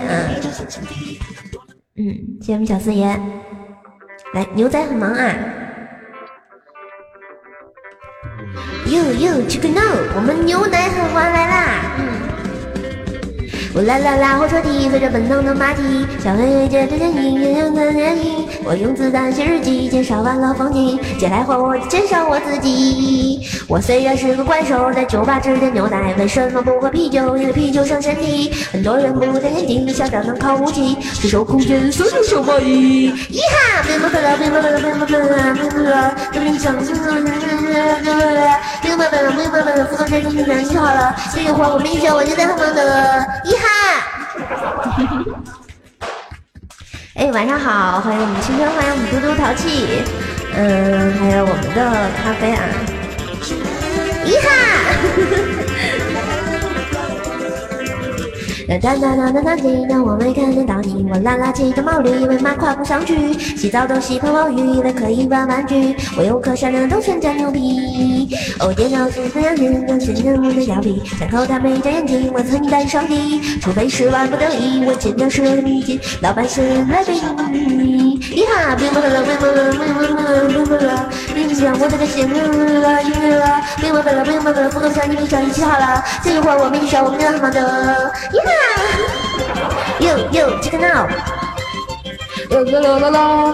谢谢我们小四爷。来，牛仔很忙啊。 这个 no， 我们牛奶很欢来啦。我啦啦啦，火车底飞着奔腾的马蹄，小黑接着剪影，远远的剪影。我用子弹写日记，介绍完了风景，接来换我介绍我自己。我虽然是个怪兽，在酒吧只点牛奶，为什么不喝啤酒？因为啤酒像身体，很多人不戴眼镜，想当靠武器，只手空间所有手蚂蚁。咿哈，别么了，别么了，别么了，别么了，这边想，别么了，副总先生你好了，这一会儿我明显我就在他们的咿哈。哎，晚上好，欢迎我们青春，欢迎我们嘟嘟淘气，还有我们的咖啡啊，咿哈。当我没看见到你，我拉拉起的毛驴，为嘛跨不上去？洗澡都洗盆网鱼，以为可以玩玩具。我有颗善良的全家牛皮。哦，电脑是这样人的现任我的腰皮，伤口他没眨眼睛，我曾带上帝，除非是万不得已，我尽量是我的秘籍，老板是来宾。咿哈，别么了，别么了，别么了，别么了，别想我这个心了，别么了，别么了，不能像你们想一起好了，这一会儿我们说我们的好的，咿哈。这个闹，啦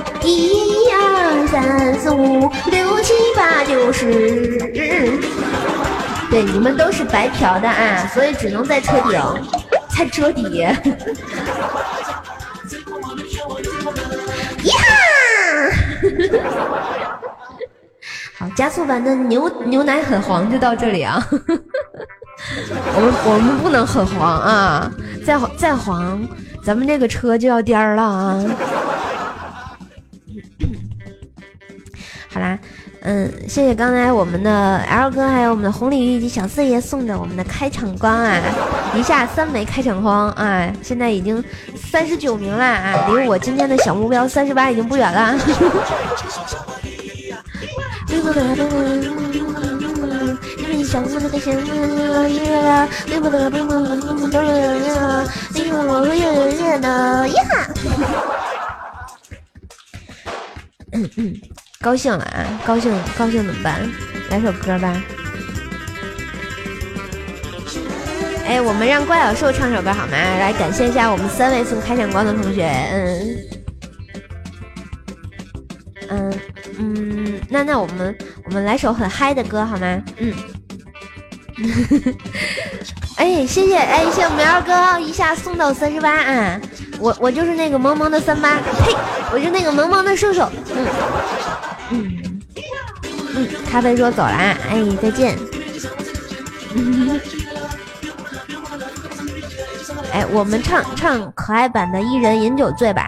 ，1、2、3、4、5、6、7、8、9、10。对，你们都是白嫖的啊，所以只能在车顶，在车底。呀！好，加速版的牛奶很黄就到这里啊。我们不能很黄啊，再黄，咱们这个车就要颠儿了啊。好啦，谢谢刚才我们的 L 哥还有我们的红鲤鱼以及小四爷送的我们的开场光啊，一下3枚开场光啊，现在已经39名了啊，离我今天的小目标38已经不远了。想我那个心了，别不得，别不得，不得了，你说我越的呀！高兴了啊，高兴怎么办？来首歌吧。哎，我们让怪小兽唱首歌好吗？来感谢一下我们3位送开场光的同学。那我们来首很嗨的歌好吗？哎，谢谢我们二哥一下送到38啊！我就是那个萌萌的38，呸，我就那个萌萌的射手。咖啡说走了啊，哎，再见。哎，我们唱可爱版的一人饮酒醉吧。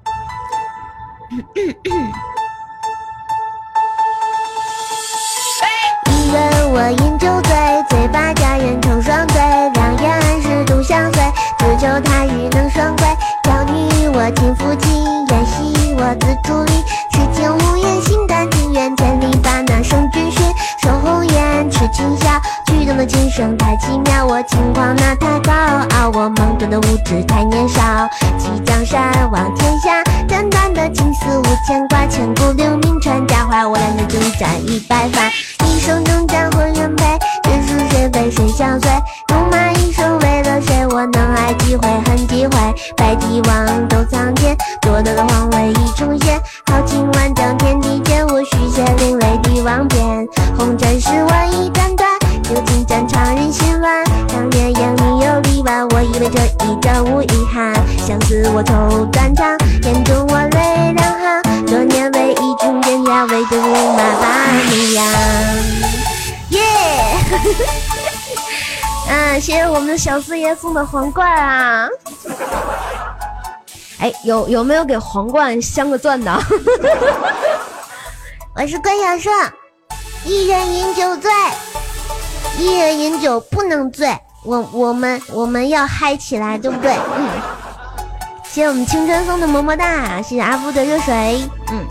一人我饮酒醉，嘴巴佳人成双对，两眼是独相随，只求他日能双归。娇女我亲抚亲，演戏我自处理，痴情无言，心甘情愿，千里把那声俱寻。手红颜，痴情笑，曲中的琴声太奇妙，我轻狂那太高傲，我懵懂的无知太年少。骑江山望天下，淡淡的情丝无牵挂，千古留名传佳话，我俩的征战100番。一生征战浑圆配，人是谁非谁相随，戎马一生为了谁，我能爱几回恨几回。白帝王斗苍天，夺得的皇位已重现，豪情万丈天地间，我续写另类帝王篇。红尘是我一斩断，旧情战场人心乱，当年英明有力挽，我以为这一战无遗憾，相思我愁断肠，眼中我泪两行，多年为一群人呀，为这驸马把名扬。耶！谢谢我们的小四爷送的皇冠啊！ 哎，有没有给皇冠镶个钻的？ 我是关小硕，一人饮酒醉，一人饮酒不能醉，我们要嗨起来，对不对？谢谢我们青春送的么么哒，谢谢阿布的热水，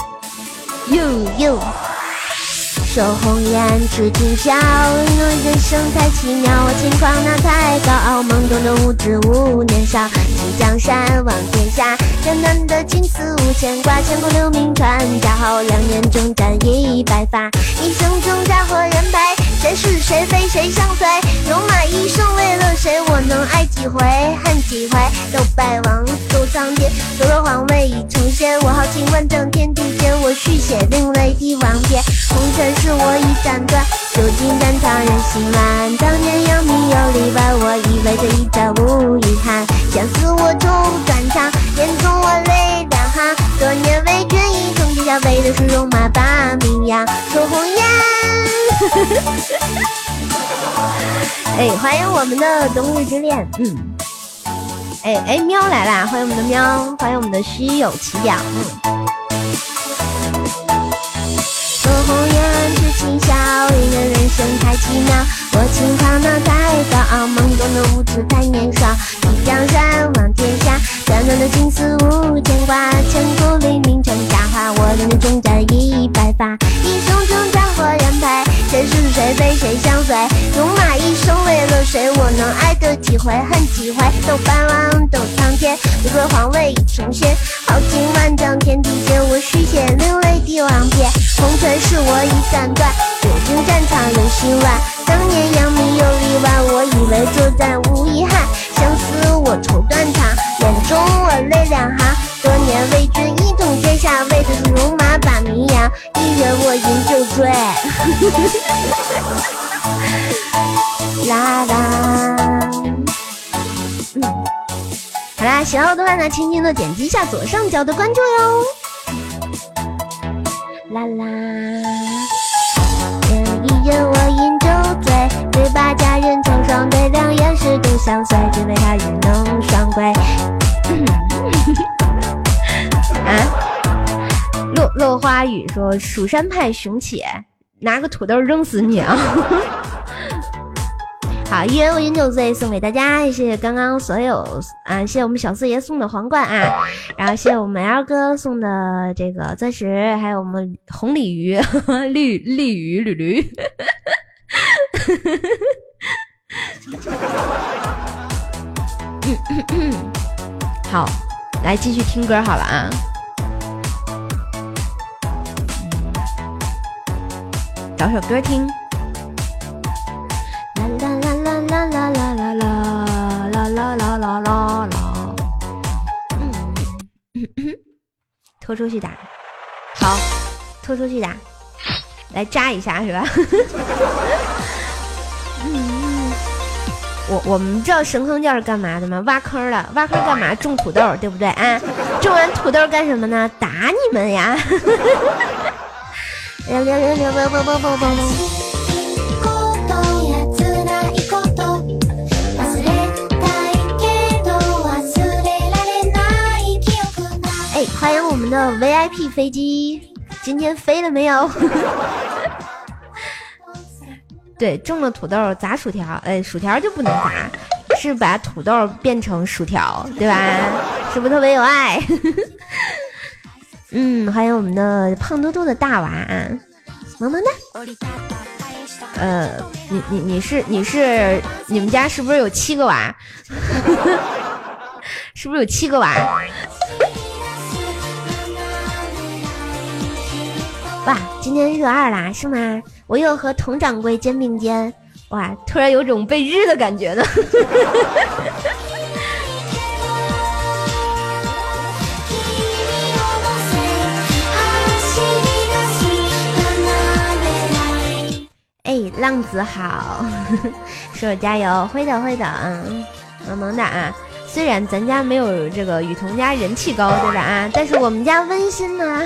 哟。手红颜，痴情笑，人生太奇妙，我轻狂那太高傲，懵懂的无知无年少，骑江山望天下，淡淡的情丝无牵挂，千古留名传佳号，两眼征战100发，一生征战火人陪， 谁是谁非谁相随，戎马一生为了谁，我能爱几回恨几回，都败亡都苍天，夺了皇位已成仙，我豪情万丈天地间，我续写另类帝王篇，红尘是我已斩断，久经战场人心乱，当年扬名有里外，我以为这一战无遗憾，相思我终断肠，眼中我泪两行，多年为君一统天下，为的是戎马把名扬出红颜。哎，欢迎我们的冬日之恋，喵来啦！欢迎我们的喵，欢迎我们的虚有其表，出红颜知今宵，一人人生太奇妙，我轻狂那太高傲，梦中的无知太年少，一江山望天下，短短的心思无牵挂，千古黎明成佳话，我人人终斩一白发，一生中战火燃拍，谁是谁非谁相随，戎马一生为了谁，我能爱得几回恨几回，都败亡都苍天，夺得皇位已成仙，豪情万丈天地间，我续写另类帝王篇，红尘是我已斩断，久经战场人心乱，当年扬名有里外，我以为作战无遗憾，相思我愁断肠，眼中我泪两行，多年为君一统天下，为的是戎马把名扬，一人我饮酒醉。啦啦，好啦，喜欢我的话呢，轻轻的点击一下左上角的关注哟。啦啦，人一人我饮酒醉，对把佳人成双对，两眼是独相随，只为他日能双归。落花雨说蜀山派熊且，拿个土豆扔死你啊！好，一人我饮酒醉送给大家，谢谢刚刚所有谢谢我们小四爷送的皇冠啊，然后谢谢我们 L 哥送的这个钻石，还有我们红鲤鱼鲤鱼驴驴。好，来继续听歌好了啊。找首歌听。啦啦啦啦啦啦啦啦啦啦啦啦啦啦。拖出去打，好，拖出去打，来扎一下是吧？我们知道神坑教是干嘛的吗？挖坑的，挖坑干嘛？种土豆，对不对啊？种完土豆干什么呢？打你们呀！哎，欢迎我们的 VIP 飞机，今天飞了没有？对，种了土豆砸薯条，薯条就不能砸，是把土豆变成薯条，对吧？是不是特別有爱？欢迎我们的胖嘟嘟的大娃，萌萌哒。你是你们家是不是有7个娃？是不是有7个娃？哇，今天热2啦，是吗？我又和佟掌柜肩并肩，哇，突然有种被日的感觉呢。哎，浪子好，说加油，会的，萌萌的啊。虽然咱家没有这个雨桐家人气高，对吧啊？但是我们家温馨呢。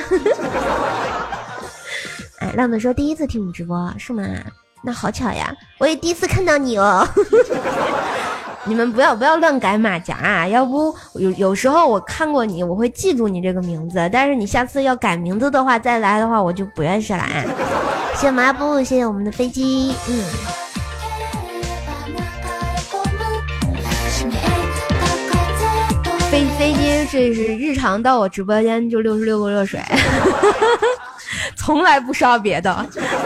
哎，浪子说第一次听你直播是吗？那好巧呀，我也第一次看到你哦。你们不要乱改马甲啊，要不有时候我看过你，我会记住你这个名字，但是你下次要改名字的话，再来的话我就不认识了啊。谢谢麻布，谢谢我们的飞机，飞机这是日常到我直播间就66个热水。从来不烧别的。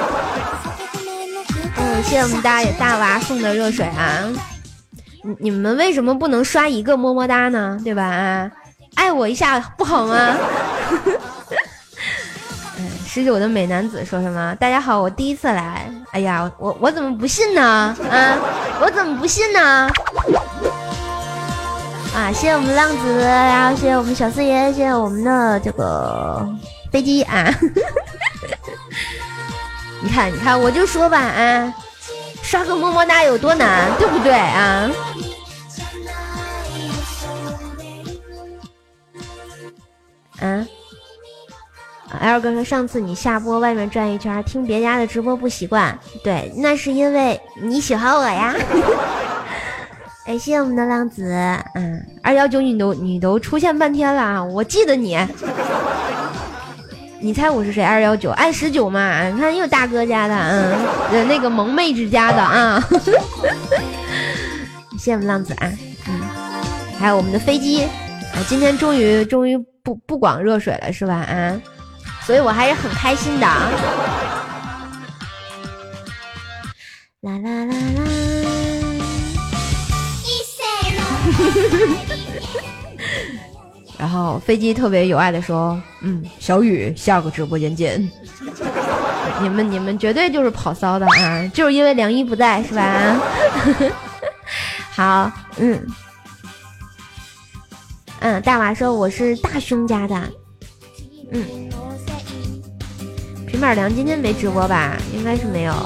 谢谢我们大娃送的热水啊！你们为什么不能刷一个么么哒呢？对吧？啊，爱我一下不好吗？ 19的美男子说什么？大家好，我第一次来。哎呀，我怎么不信呢？啊，我怎么不信呢？啊，谢谢我们浪子，然后谢谢我们小四爷，谢谢我们的这个飞机啊。你看，我就说吧啊，刷个么么哒有多难，对不对啊？L 哥说上次你下播外面转一圈，听别家的直播不习惯，对，那是因为你喜欢我呀。哎，谢谢我们的浪子，219你都出现半天了，我记得你。你猜我是谁？219爱19嘛？你看又大哥家的，那个萌妹之家的啊。谢谢我们浪子啊，还有我们的飞机啊，今天终于不广热水了是吧？啊，所以我还是很开心的。啦啦啦啦。然后飞机特别有爱的说，小雨下个直播间见。你们绝对就是跑骚的啊，就是因为梁一不在是吧？好，大娃说我是大兄家的，平板梁今天没直播吧？应该是没有。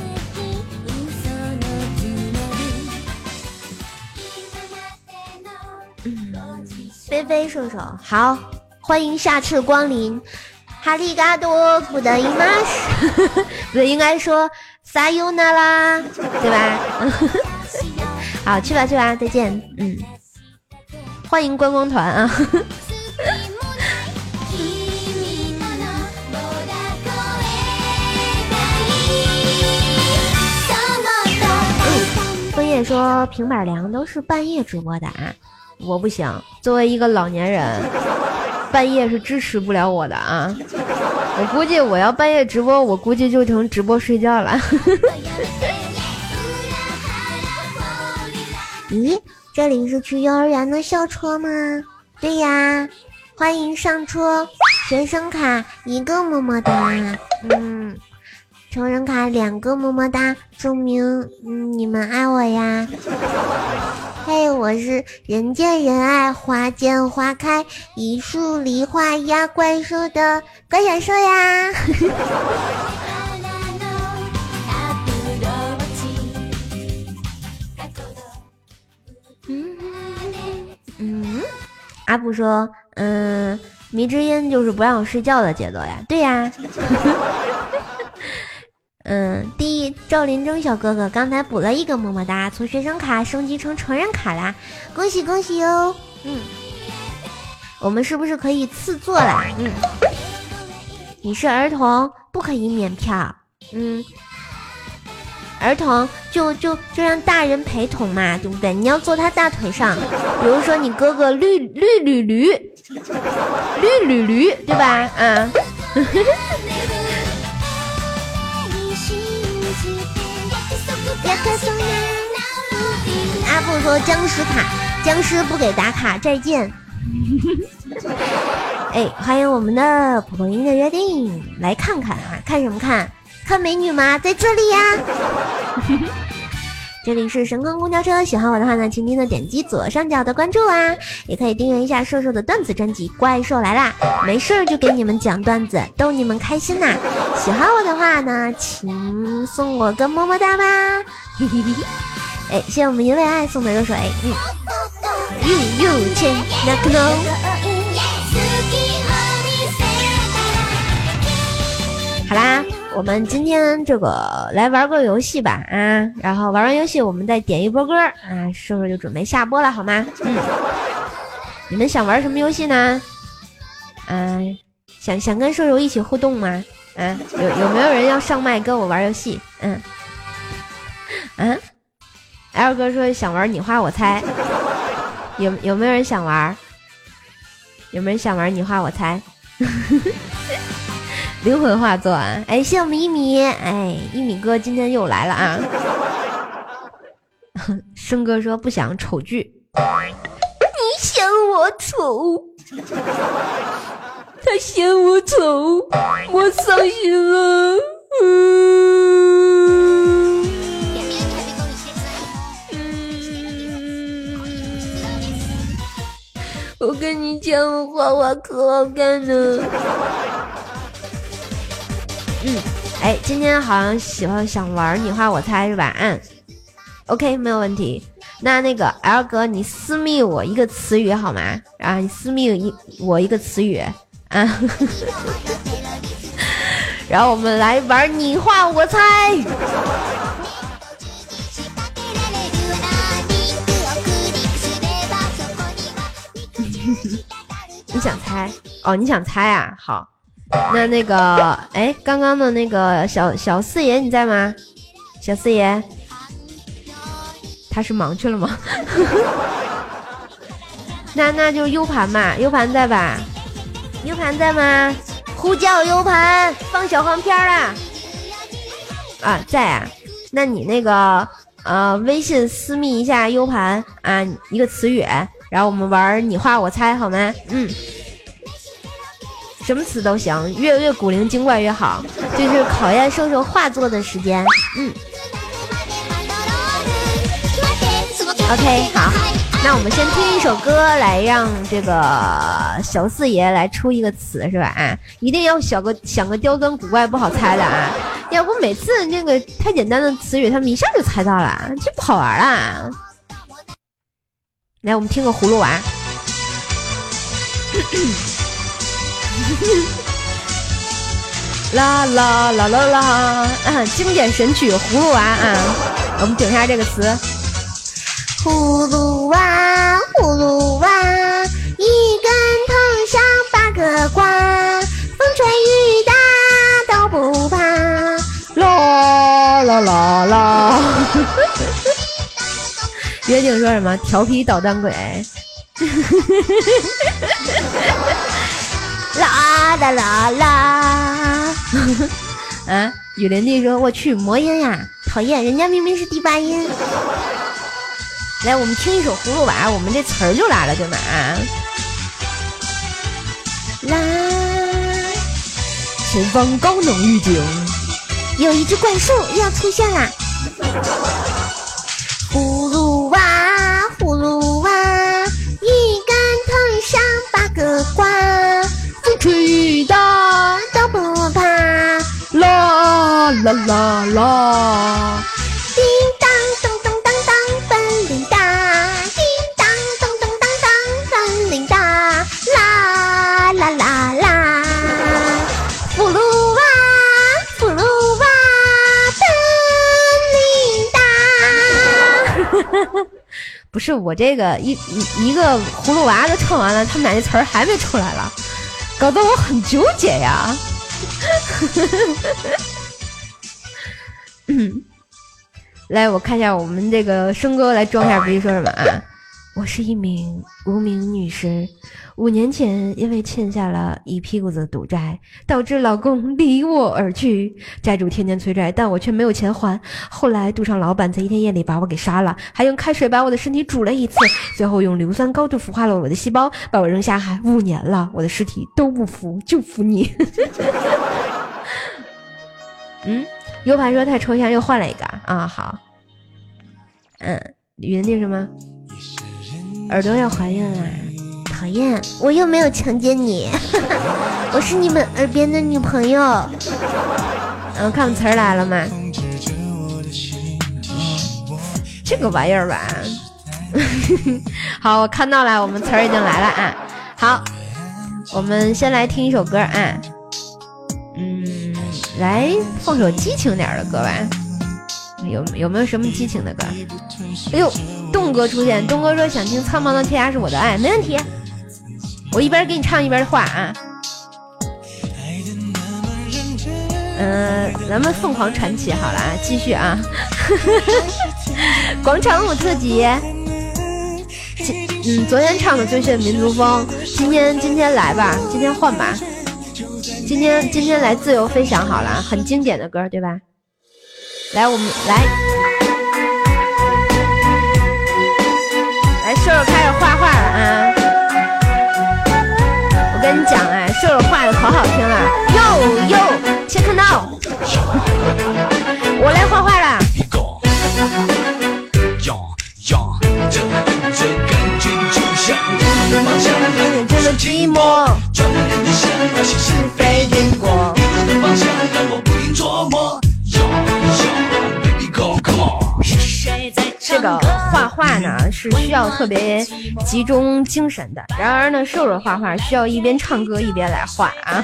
菲菲射手好，欢迎下次光临，哈利嘎多古德伊玛斯，不对，应该说撒尤那拉，对吧？好，去吧，再见。欢迎观光团啊！枫叶说平板梁都是半夜直播的啊。我不行，作为一个老年人，半夜是支持不了我的啊！我估计我要半夜直播，我估计就成直播睡觉了。 咦，这里是去幼儿园的校车吗？对呀，欢迎上车，学生卡1个么么哒，成人卡2个么么哒，证明你们爱我呀。嘿，我是人见人爱花见花开一树梨花压怪兽的怪小兽呀。阿布说迷之音就是不让我睡觉的节奏呀。对呀。第一，赵林征小哥哥刚才补了1个么么哒，从学生卡升级成成人卡啦，恭喜恭喜哟！我们是不是可以次座啦？你是儿童不可以免票，儿童就让大人陪同嘛，对不对？你要坐他大腿上，比如说你哥哥绿驴，对吧？阿布说僵尸卡，僵尸不给打卡，再见。哎，欢迎我们的蒲公英的约定，来看看啊，看什么看？看美女吗？在这里呀。这里是神坑公交车，喜欢我的话呢，请记得点击左上角的关注啊，也可以订阅一下瘦瘦的段子专辑《怪兽来啦》，没事就给你们讲段子，逗你们开心呐。喜欢我的话呢，请送我个么么哒吧。哎，谢谢我们因为爱送的热水。好啦，我们今天这个来玩个游戏吧啊，然后玩完游戏我们再点一波歌啊，瘦瘦就准备下播了好吗？你们想玩什么游戏呢？想跟瘦瘦一起互动吗？有没有人要上麦跟我玩游戏？L 哥说想玩你画我猜，有没有人想玩？有没有人想玩你画我猜？灵魂画作啊！哎，谢谢我们1米，哎，1米哥今天又来了啊！生哥说不想丑剧，你想我丑？ 他嫌我丑，我伤心了。我跟你讲，我画画可好看呢。哎，今天好像想玩你画我猜是吧？OK， 没有问题。那个 L 哥，你私密我一个词语好吗？啊，你私密我一个词语啊。然后我们来玩你画我猜。你想猜？哦，你想猜啊？好，那个，哎，刚刚的那个小四爷你在吗？小四爷，他是忙去了吗？那就 U 盘嘛 ，U 盘在吧 ？U 盘在吗？呼叫 U 盘，放小黄片了。啊，在啊。那你那个微信私密一下 U 盘啊，一个词语。然后我们玩你画我猜好吗？什么词都行，越古灵精怪越好，就是考验兽兽画作的时间。OK， 好，那我们先听一首歌，来让这个小四爷来出一个词是吧？啊，一定要想个刁钻古怪不好猜的啊，要不每次那个太简单的词语他们一下就猜到了，这不好玩啦。来，我们听个葫芦娃。啦啦啦啦啦啊！经典神曲《葫芦娃》啊，我们顶一下这个词。 葫芦娃，葫芦娃，一根藤上8个瓜，风吹雨打都不怕。 啦啦啦啦！约定说什么？调皮捣蛋鬼。 啦啦啦啦！ 啊！雨林弟说：“我去，魔音呀，讨厌，人家明明是第8音。”来，我们听一首《葫芦娃》，我们这词儿就来了，对吗？ 啦！ 前方高能预警， 有一只怪兽要出现啦！葫芦娃，葫芦娃，一根藤上8个瓜，风吹雨打都不怕。 啦啦啦啦！ 叮当咚咚当当本领大，叮当咚咚当当本领大，啦啦啦啦！葫芦娃，葫芦娃，本领大。 不是我这个一个葫芦娃都唱完了，他们俩那词儿还没出来了，搞得我很纠结呀。来，我看一下我们这个生哥来装一下逼说什么啊？我是一名无名女尸，5年前因为欠下了一屁股子赌债，导致老公离我而去，债主天天催债，但我却没有钱还。后来赌场老板在一天夜里把我给杀了，还用开水把我的身体煮了一次，最后用硫酸高度腐化了我的细胞，把我扔下海。5年了，我的尸体都不服，就服你。U 盘说太抽象，又换了一个啊，好。云那什么，耳朵要怀孕了， 讨厌，我又没有强奸你，我是你们耳边的女朋友。 看词儿来了吗？这个玩意儿吧。好，我看到了，我们词儿已经来了啊。好，我们先来听一首歌啊。来放首激情点的歌吧。有没有什么激情的歌？哎呦，东哥出现，东哥说想听苍茫的天涯是我的爱，没问题，我一边给你唱一边画啊。咱们凤凰传奇好了，继续啊。广场舞特辑，昨天唱的最炫民族风，今天来吧，今天换吧，今天来自由飞翔好了，很经典的歌对吧？来，我们来瘦瘦开始画画了啊！我跟你讲啊，瘦瘦画的我来画画啦。真的寂寞，是非因果。这个画画呢是需要特别集中精神的，然而呢，瘦瘦画画需要一边唱歌一边来画啊。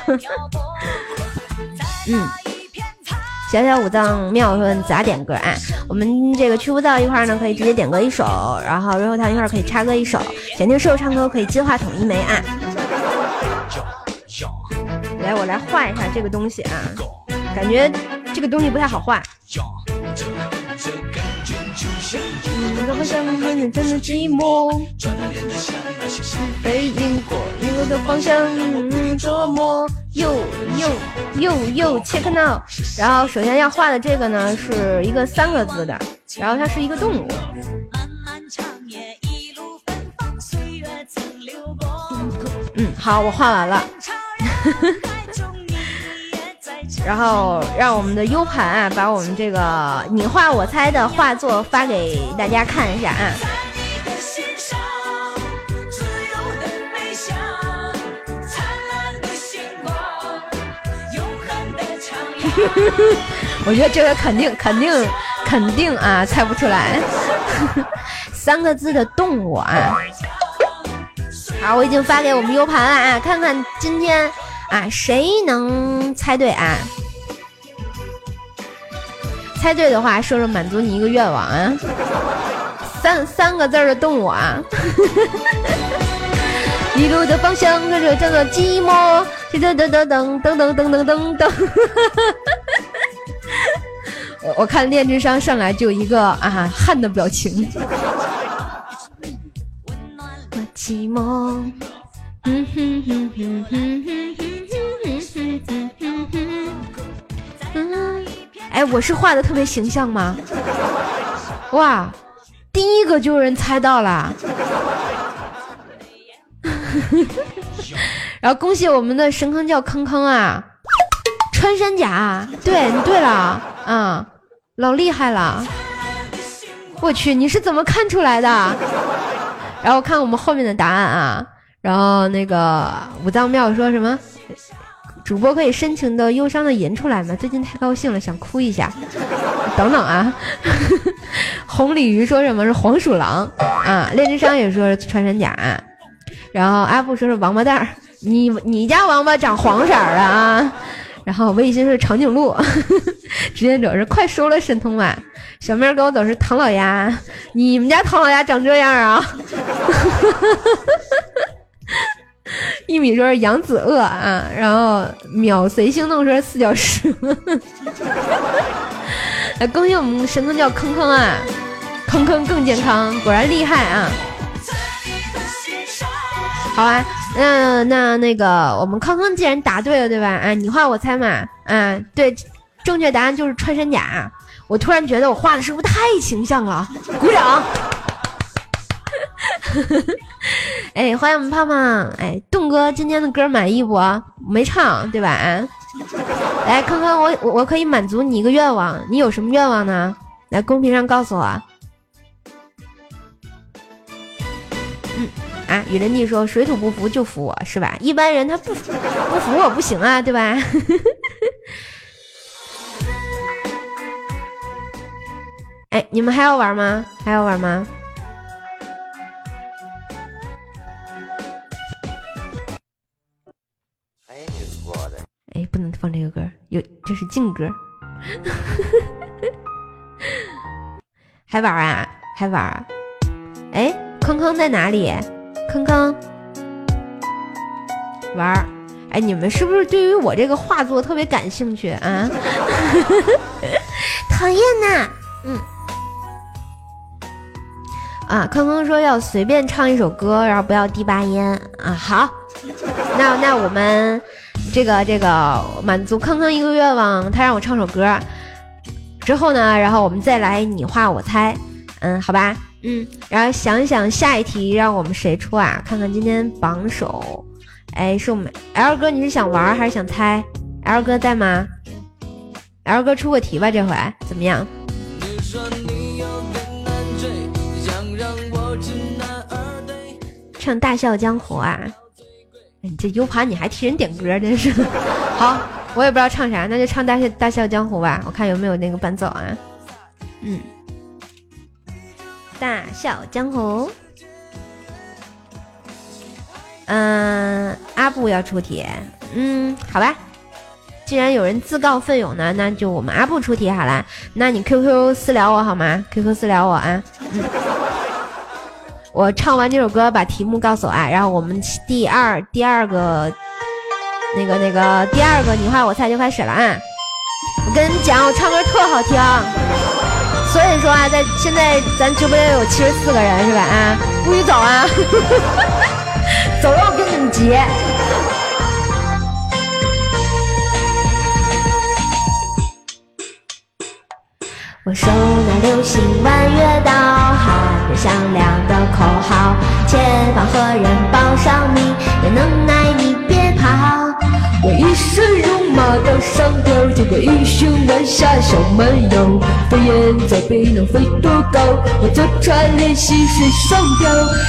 小小五脏庙说咋点歌啊？我们这个去不到一块呢，可以直接点歌一首，然后润喉糖一块可以插歌一首，想听瘦瘦唱歌可以金话筒一枚啊。来，我来画一下这个东西啊，感觉这个东西不太好画。真的寂寞，非因果，一路的方向琢磨，又切克闹。然后首先要画的这个呢是一个3个字的，然后它是一个动物。好，我画完了。然后让我们的 U 盘啊，把我们这个你画我猜的画作发给大家看一下啊。我觉得这个肯定啊，猜不出来。3个字的动物啊。好，我已经发给我们 U 盘了啊，看看今天啊谁能猜对啊？猜对的话，瘦瘦满足你一个愿望啊！三个字的动物啊！一路的方向，这叫做寂寞，噔。我看练智商上来就一个啊汗的表情。我寂寞。哎，我是画的特别形象吗？哇，第一个就有人猜到了。然后恭喜我们的神坑叫坑坑啊，穿山甲，对你对了啊，老厉害了。我去，你是怎么看出来的？然后看我们后面的答案啊，然后那个五脏庙说什么？主播可以深情的忧伤的吟出来吗？最近太高兴了，想哭一下。等等啊。红鲤鱼说什么是黄鼠狼啊？练智商也说是穿山甲，然后阿布说是王八蛋儿，你家王八长黄色儿啊。然后魏鑫是长颈鹿，执剑者是快收了神通吧。小面狗走是唐老鸭，你们家唐老鸭长这样啊？一米说是扬子鳄啊，然后秒随心动说是四脚蛇。来，恭喜我们神坑叫坑坑啊，坑坑更健康，果然厉害啊！好啊，那个我们坑坑既然答对了对吧？啊，你画我猜嘛，啊，对，正确答案就是穿山甲。我突然觉得我画的是不是太形象了？鼓掌！哎，欢迎我们胖胖！哎，栋哥今天的歌满意不？没唱对吧？来，坑坑，我可以满足你一个愿望，你有什么愿望呢？来，公屏上告诉我。雨人弟说水土不服就服我是吧？一般人他不服我不行啊，对吧？哎，你们还要玩吗？还要玩吗？哎，不能放这个歌，这是禁歌。还玩啊？还玩啊？哎，坑坑在哪里？坑坑玩。哎，你们是不是对于我这个画作特别感兴趣啊？讨厌呐！坑坑说要随便唱一首歌，然后不要低八音啊。好，那我们这个满足坑坑一个愿望，他让我唱首歌，之后呢，然后我们再来你画我猜，好吧？然后想一想下一题让我们谁出啊？看看今天榜首，哎，是我们 L 哥，你是想玩还是想猜？L 哥在吗 ，L 哥出个题吧，这回怎么样？唱《大笑江湖》啊！你这 U 盘你还替人点歌，真是。好，我也不知道唱啥，那就唱大笑江湖吧，我看有没有那个伴奏啊。大笑江湖。阿布要出题，好吧。既然有人自告奋勇呢，那就我们阿布出题好了。那你 QQ 私聊我好吗 ？QQ 私聊我啊。我唱完这首歌，把题目告诉我啊，然后我们第二个那个第二个你画我猜就开始了啊。我跟你讲，我唱歌特好听，所以说啊，现在咱直播间有74个人是吧？啊，不许走啊，走了我跟你们急。我手拿流星弯月刀，喊着响亮的口号，前方何人报上名，有能耐你别跑。我一身戎马到上吊，结果一胸弯下小蛮腰，飞檐走壁能飞多高，我坐船练习水上漂。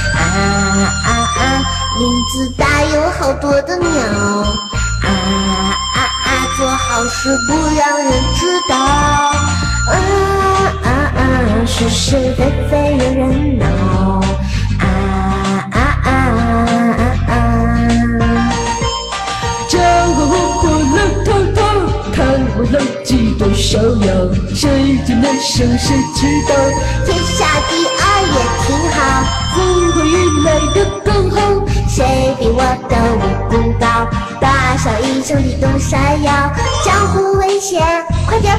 林子大有好多的鸟，做好事不让人知道，是是非非人人闹， 江湖湖泊浪滔滔，看我浪迹多逍遥，谁最难胜谁知道， 天下第二也挺好， 风和雨来的刚好， 谁比我的武功高，大小一声地动山摇，江湖危险快点跑，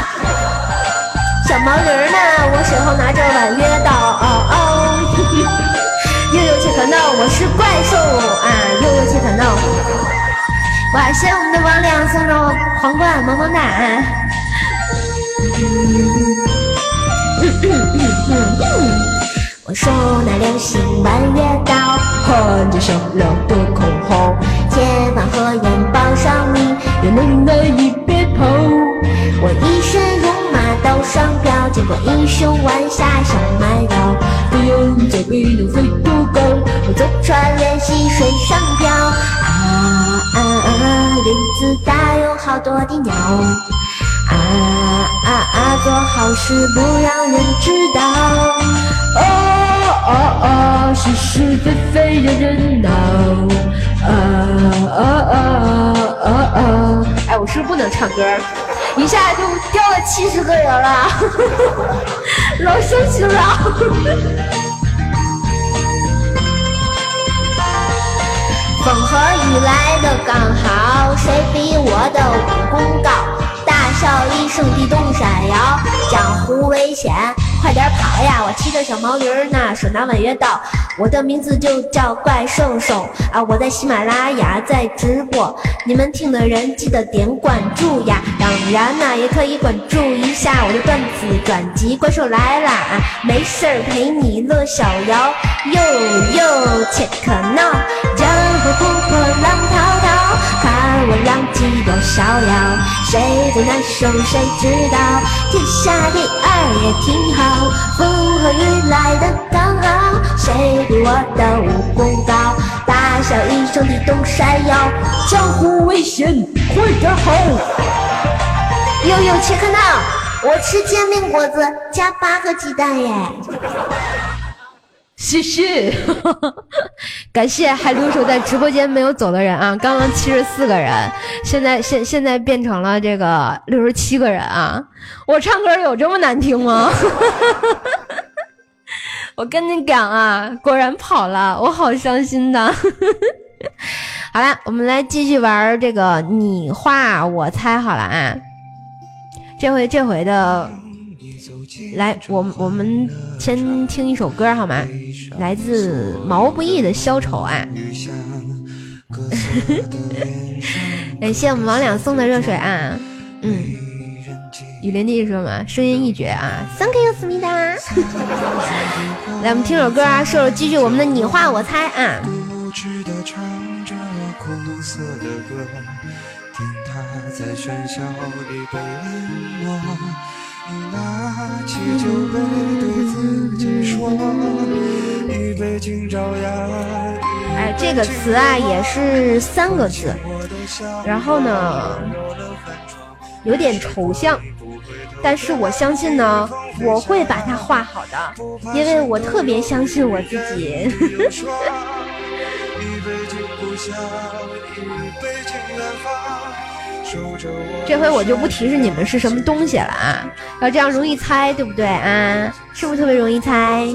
小毛驴呢，我手后拿着婉约刀，悠悠切可闹，我是怪兽啊，悠悠切可闹。哇，谢谢我们的王亮送上皇冠，萌萌哒。我手拿流星弯月刀， 喊着响亮的口号， 前方何人报上名， 有能耐你别跑。 我一身戎马刀上飘，结果英雄弯下小蛮腰， 飞檐走壁能飞多高， 我坐船练习水上漂。林子大有好多的鸟，做好事不让人知道， 是是非非人人闹， 哎，我是不是不能唱歌？一下就掉了70个人了，老生气了。 风和雨来的刚好，谁比我的武功高，大笑一声地动山摇，江湖危险快点跑呀，我骑着小毛驴呢，手拿婉约刀，我的名字就叫怪兽兽啊！我在喜马拉雅在直播，你们听的人记得点关注呀！当然呢，也可以关注一下我的段子专辑《怪兽来啦》啊！没事儿陪你乐逍遥，悠悠切克闹，江湖湖泊浪滔滔，看我浪迹多逍遥，谁最难受谁知道，天下第二也挺好，风和雨来的刚好，谁比我的武功高，大笑一声地动山摇， 江湖危险快点跑， 悠悠切克闹，我吃煎饼果子加8个鸡蛋耶， 谢谢，感谢还留守在直播间没有走的人啊！刚刚74个人，现在变成了这个67个人啊！我唱歌有这么难听吗？我跟你讲啊，果然跑了，我好伤心的。好了，我们来继续玩这个你画我猜好了啊！这回的。来，我们先听一首歌好吗？来自毛不易的《消愁》啊。感谢我们王两送的热水啊。雨林弟说嘛，声音一绝啊 ，Thank you， 思密达。来，我们听首歌啊，射手继续我们的你画我猜啊。 听他在喧嚣里被冷落，你拿起酒杯对自己说，一杯敬朝阳。 哎，这个词啊也是3个字，然后呢有点抽象，但是我相信呢我会把它画好的，因为我特别相信我自己。这回我就不提示你们是什么东西了啊，要这样容易猜，对不对啊？是不是特别容易猜？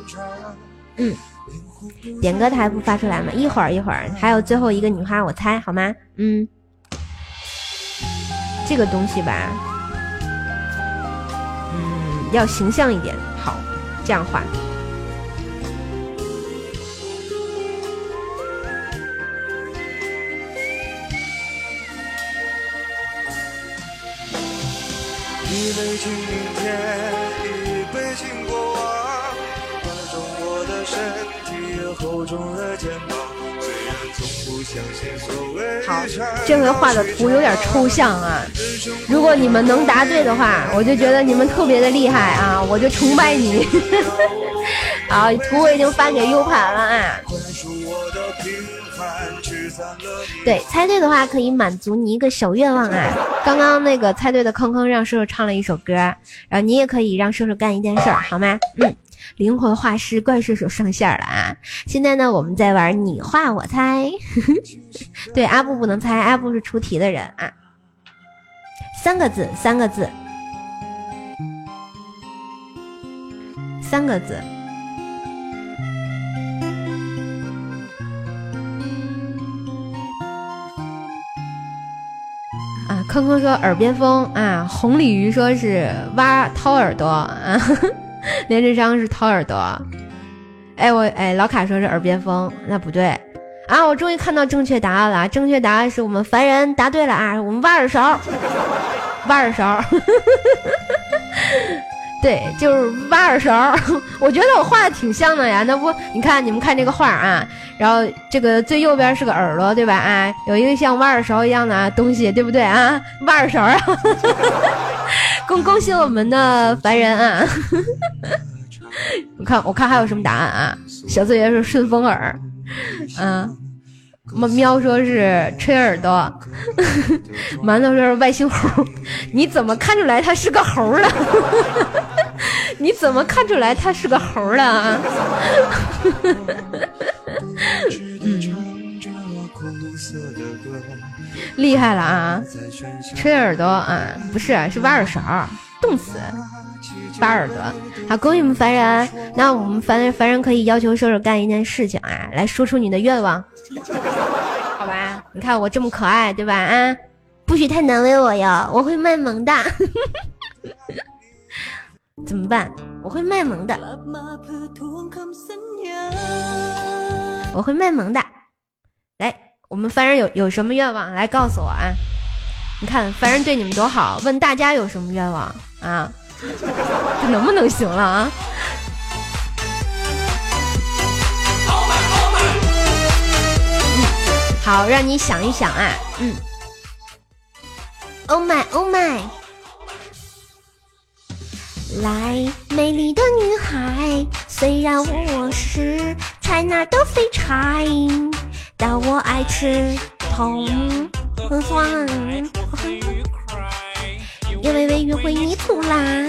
点歌台不发出来吗？一会儿，还有最后一个你画我猜好吗？这个东西吧，要形象一点。好，这样画。 一杯敬明天，一杯敬过往，宽容我的身体，厚重的肩膀。虽然从不相信所谓好，这回画的图有点抽象啊。如果你们能答对的话，我就觉得你们特别的厉害啊，我就崇拜你。好，图我已经发给 U 盘了啊。对，猜对的话可以满足你一个小愿望啊。刚刚那个猜对的坑坑让射手唱了一首歌，然后你也可以让射手干一件事儿，好吗？灵魂画师怪射手上线了啊！现在呢，我们在玩你画我猜。对，阿布不能猜，阿布是出题的人啊。3个字，3个字，3个字。啊，坑坑说耳边风啊，红鲤鱼说是掏耳朵啊，连智商是掏耳朵。老卡说是耳边风，那不对啊！我终于看到正确答案了，正确答案是我们凡人答对了啊，我们挖耳勺，挖耳勺。对，就是挖耳勺。我觉得我画的挺像的呀，那不你看你们看这个画啊，然后这个最右边是个耳朵，对吧？啊，有一个像挖耳勺一样的东西，对不对啊？挖耳勺啊！恭喜我们的凡人啊！我看还有什么答案啊？小四爷是顺风耳，喵说是吹耳朵，馒头说是外星猴。你怎么看出来他是个猴了？你怎么看出来他是个猴了啊？厉害了啊！吹耳朵啊，不是，是挖耳勺，动词。挖耳朵。好，恭喜我们凡人。那我们凡人可以要求射手干一件事情啊，来说出你的愿望，好吧？你看我这么可爱，对吧？啊，不许太难为我哟，我会卖萌的。怎么办？我会卖萌的，我会卖萌的。来，我们凡人有什么愿望？来告诉我啊！你看凡人对你们多好，问大家有什么愿望啊？这能不能行了啊？好，让你想一想啊。Oh my, oh my。来，美丽的女孩，虽然我是菜哪都废柴，但我爱吃葱和蒜，因为约会你出来。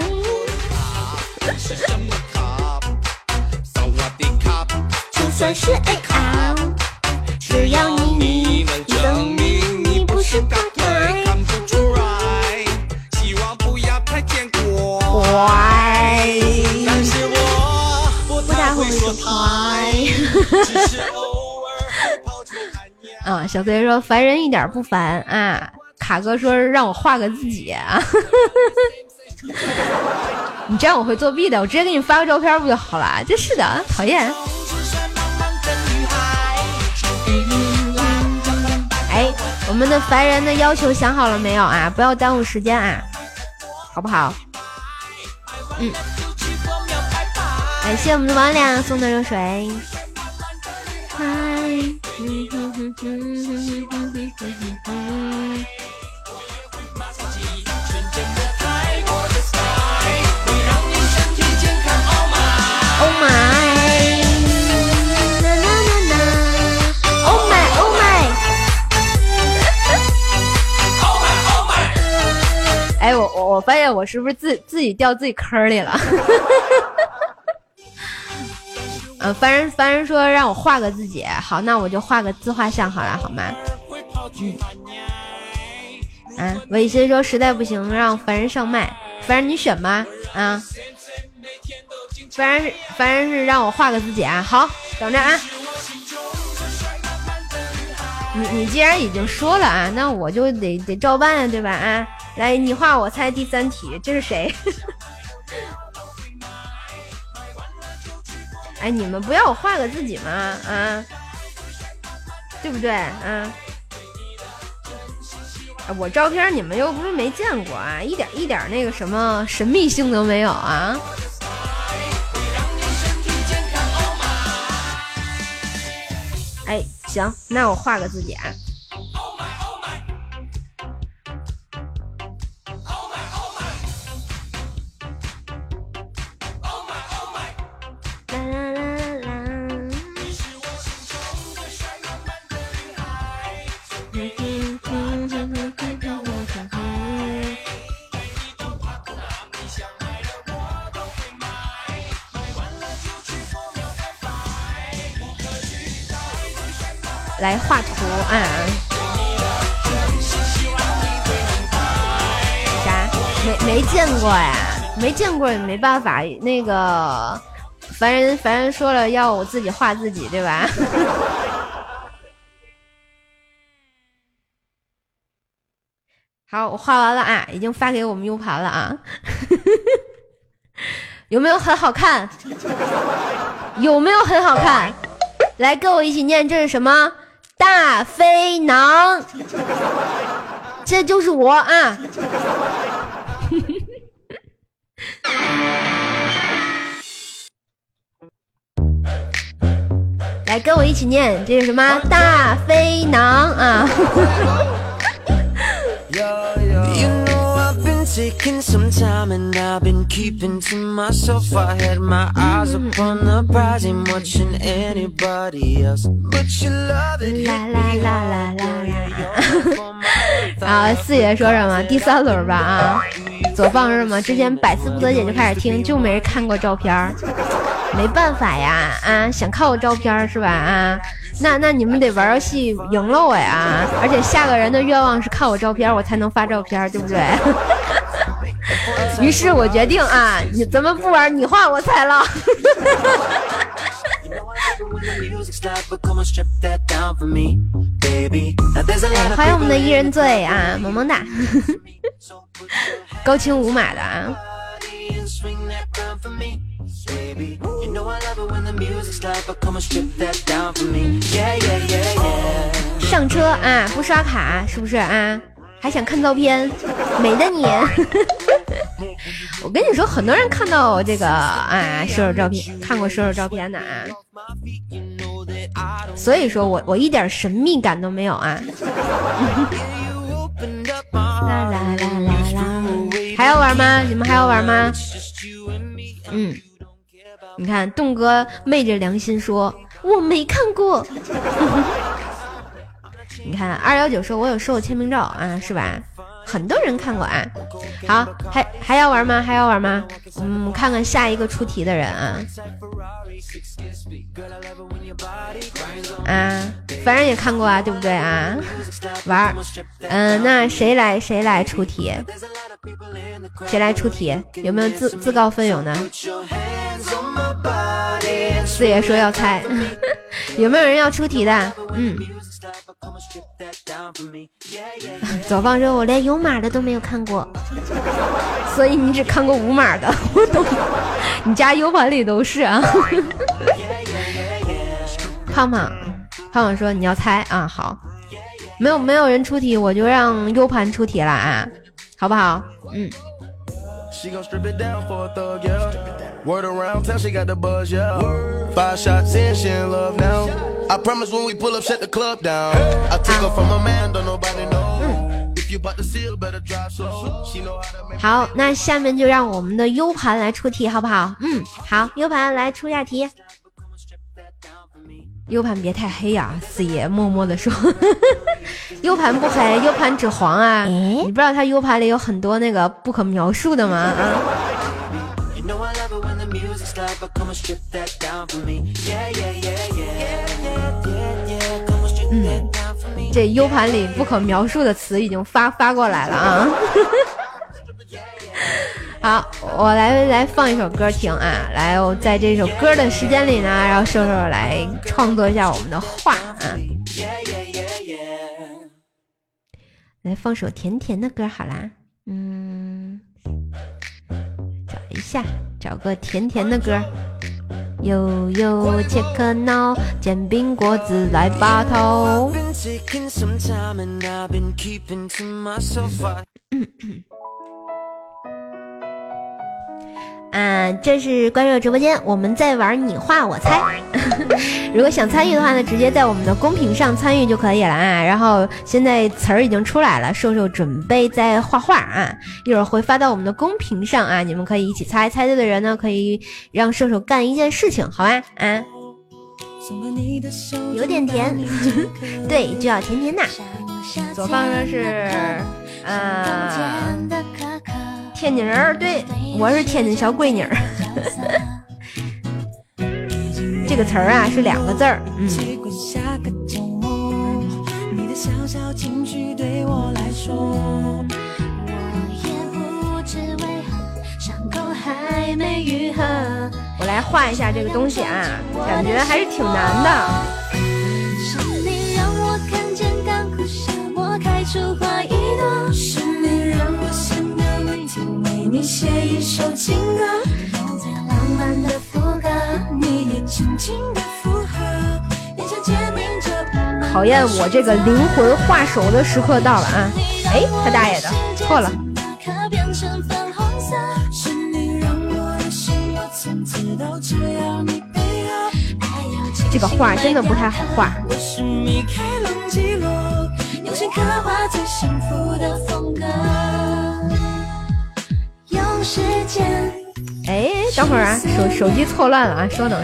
就算是 AI， 只要你证明你不是怪胎。但是我不太会说快。啊，小贼说烦人一点不烦啊。卡哥说让我画个自己啊。你这样我会作弊的，我直接给你发个照片不就好了？真是的，讨厌。哎，我们的凡人的要求想好了没有啊？不要耽误时间啊，好不好？感谢我们的王亮送的热水。嗨， 我发现我是不是自己掉自己坑里了？凡人说让我画个自己，好，那我就画个自画像好了，好吗？伟新说实在不行让凡人上麦，凡人你选吧，凡人是让我画个自己啊，好，等着啊。你既然已经说了啊，那我就得照办啊，对吧？啊，来，你画我猜第3题，这是谁？哎，你们不要我画个自己吗？啊，对不对？我照片你们又不是没见过啊，一点那个什么神秘性都没有啊。哎，行，那我画个自己啊。来画图啊！啥？没见过呀？没见过也没办法。那个凡人说了要我自己画自己，对吧？好，我画完了啊，已经发给我们 U 盘了啊。有没有很好看？有没有很好看？来，跟我一起念，这是什么？大飞囊，这就是我啊！来，跟我一起念，这是什么？大飞囊啊！Taking some time and I've been keeping to myself. I had my eyes upon the prize, ain't watching anybody else. But you love it. 啊，四爷说什么？第3轮吧啊！左放是什么？之前百思不得解就开始听，就没人看过照片，没办法呀啊！想看我照片是吧啊？那你们得玩游戏赢了我呀！而且下个人的愿望是看我照片，我才能发照片，对不对？于是我决定啊，咱们不玩你画我猜了。哎，欢迎我们的一人醉啊，萌萌哒，高清无码的啊。上车啊，不刷卡是不是啊？还想看照片，美的你。我跟你说，很多人看到这个啊射手照片，看过射手照片的啊，所以说我一点神秘感都没有啊。啦啦啦啦啦，还要玩吗？你们还要玩吗？你看栋哥昧着良心说我没看过。你看219说我有收我签名照啊，是吧？很多人看过啊。好，还要玩吗？还要玩吗？看看下一个出题的人啊。凡人也看过啊，对不对啊？玩，那谁来出题？谁来出题？有没有自告奋勇的？四爷说要猜，有没有人要出题的？左方说我连有码的都没有看过，所以你只看过无码的。我懂，你家 U 盘里都是啊。胖胖说你要猜啊，好，没有人出题，我就让 U 盘出题了啊，好不好？Word around town, she got the buzz, yeah. 5 shots in, she in love now. I promise when we pull up, shut the club down. I took her from a man, don't nobody know. If you bought the seal, better drive slow. She know how to make. 好，那下面就让我们的 U 盘来出题，好不好？好 ，U 盘来出下题。U 盘别太黑呀，四爷默默的说。 ，U 盘不黑，U 盘只黄啊。你不知道它 U 盘里有很多那个不可描述的吗？啊。这 U 盘里不可描述的词已经发过来了啊。好，我来放一首歌听啊，来，我在这首歌的时间里呢，然后瘦瘦来创作一下我们的话啊，来放首甜甜的歌好啦，找一下，找个甜甜的歌，悠悠切克闹，煎饼果子来把头。这是关热直播间，我们在玩你画我猜。如果想参与的话呢，直接在我们的公屏上参与就可以了啊。然后现在词儿已经出来了，瘦瘦准备在画画啊，一会儿会发到我们的公屏上啊，你们可以一起猜，猜对的人呢可以让瘦瘦干一件事情，好吧？啊，有点甜，对，就要甜甜的。左方说是天津人，对，我是天津小闺女。这个词儿啊是2个字儿，我来画一下这个东西啊，感觉还是挺难的。 是你让我看见干枯沙漠开出花一朵，是你让我想要每天为你写一首情歌，用最浪漫的副歌，你也轻轻的附和，眼下坚定着考验我这个灵魂画手的时刻到了啊！哎，他大爷的，错了。这个画真的不太好画。哎，等会儿啊，手机错乱了啊，稍等。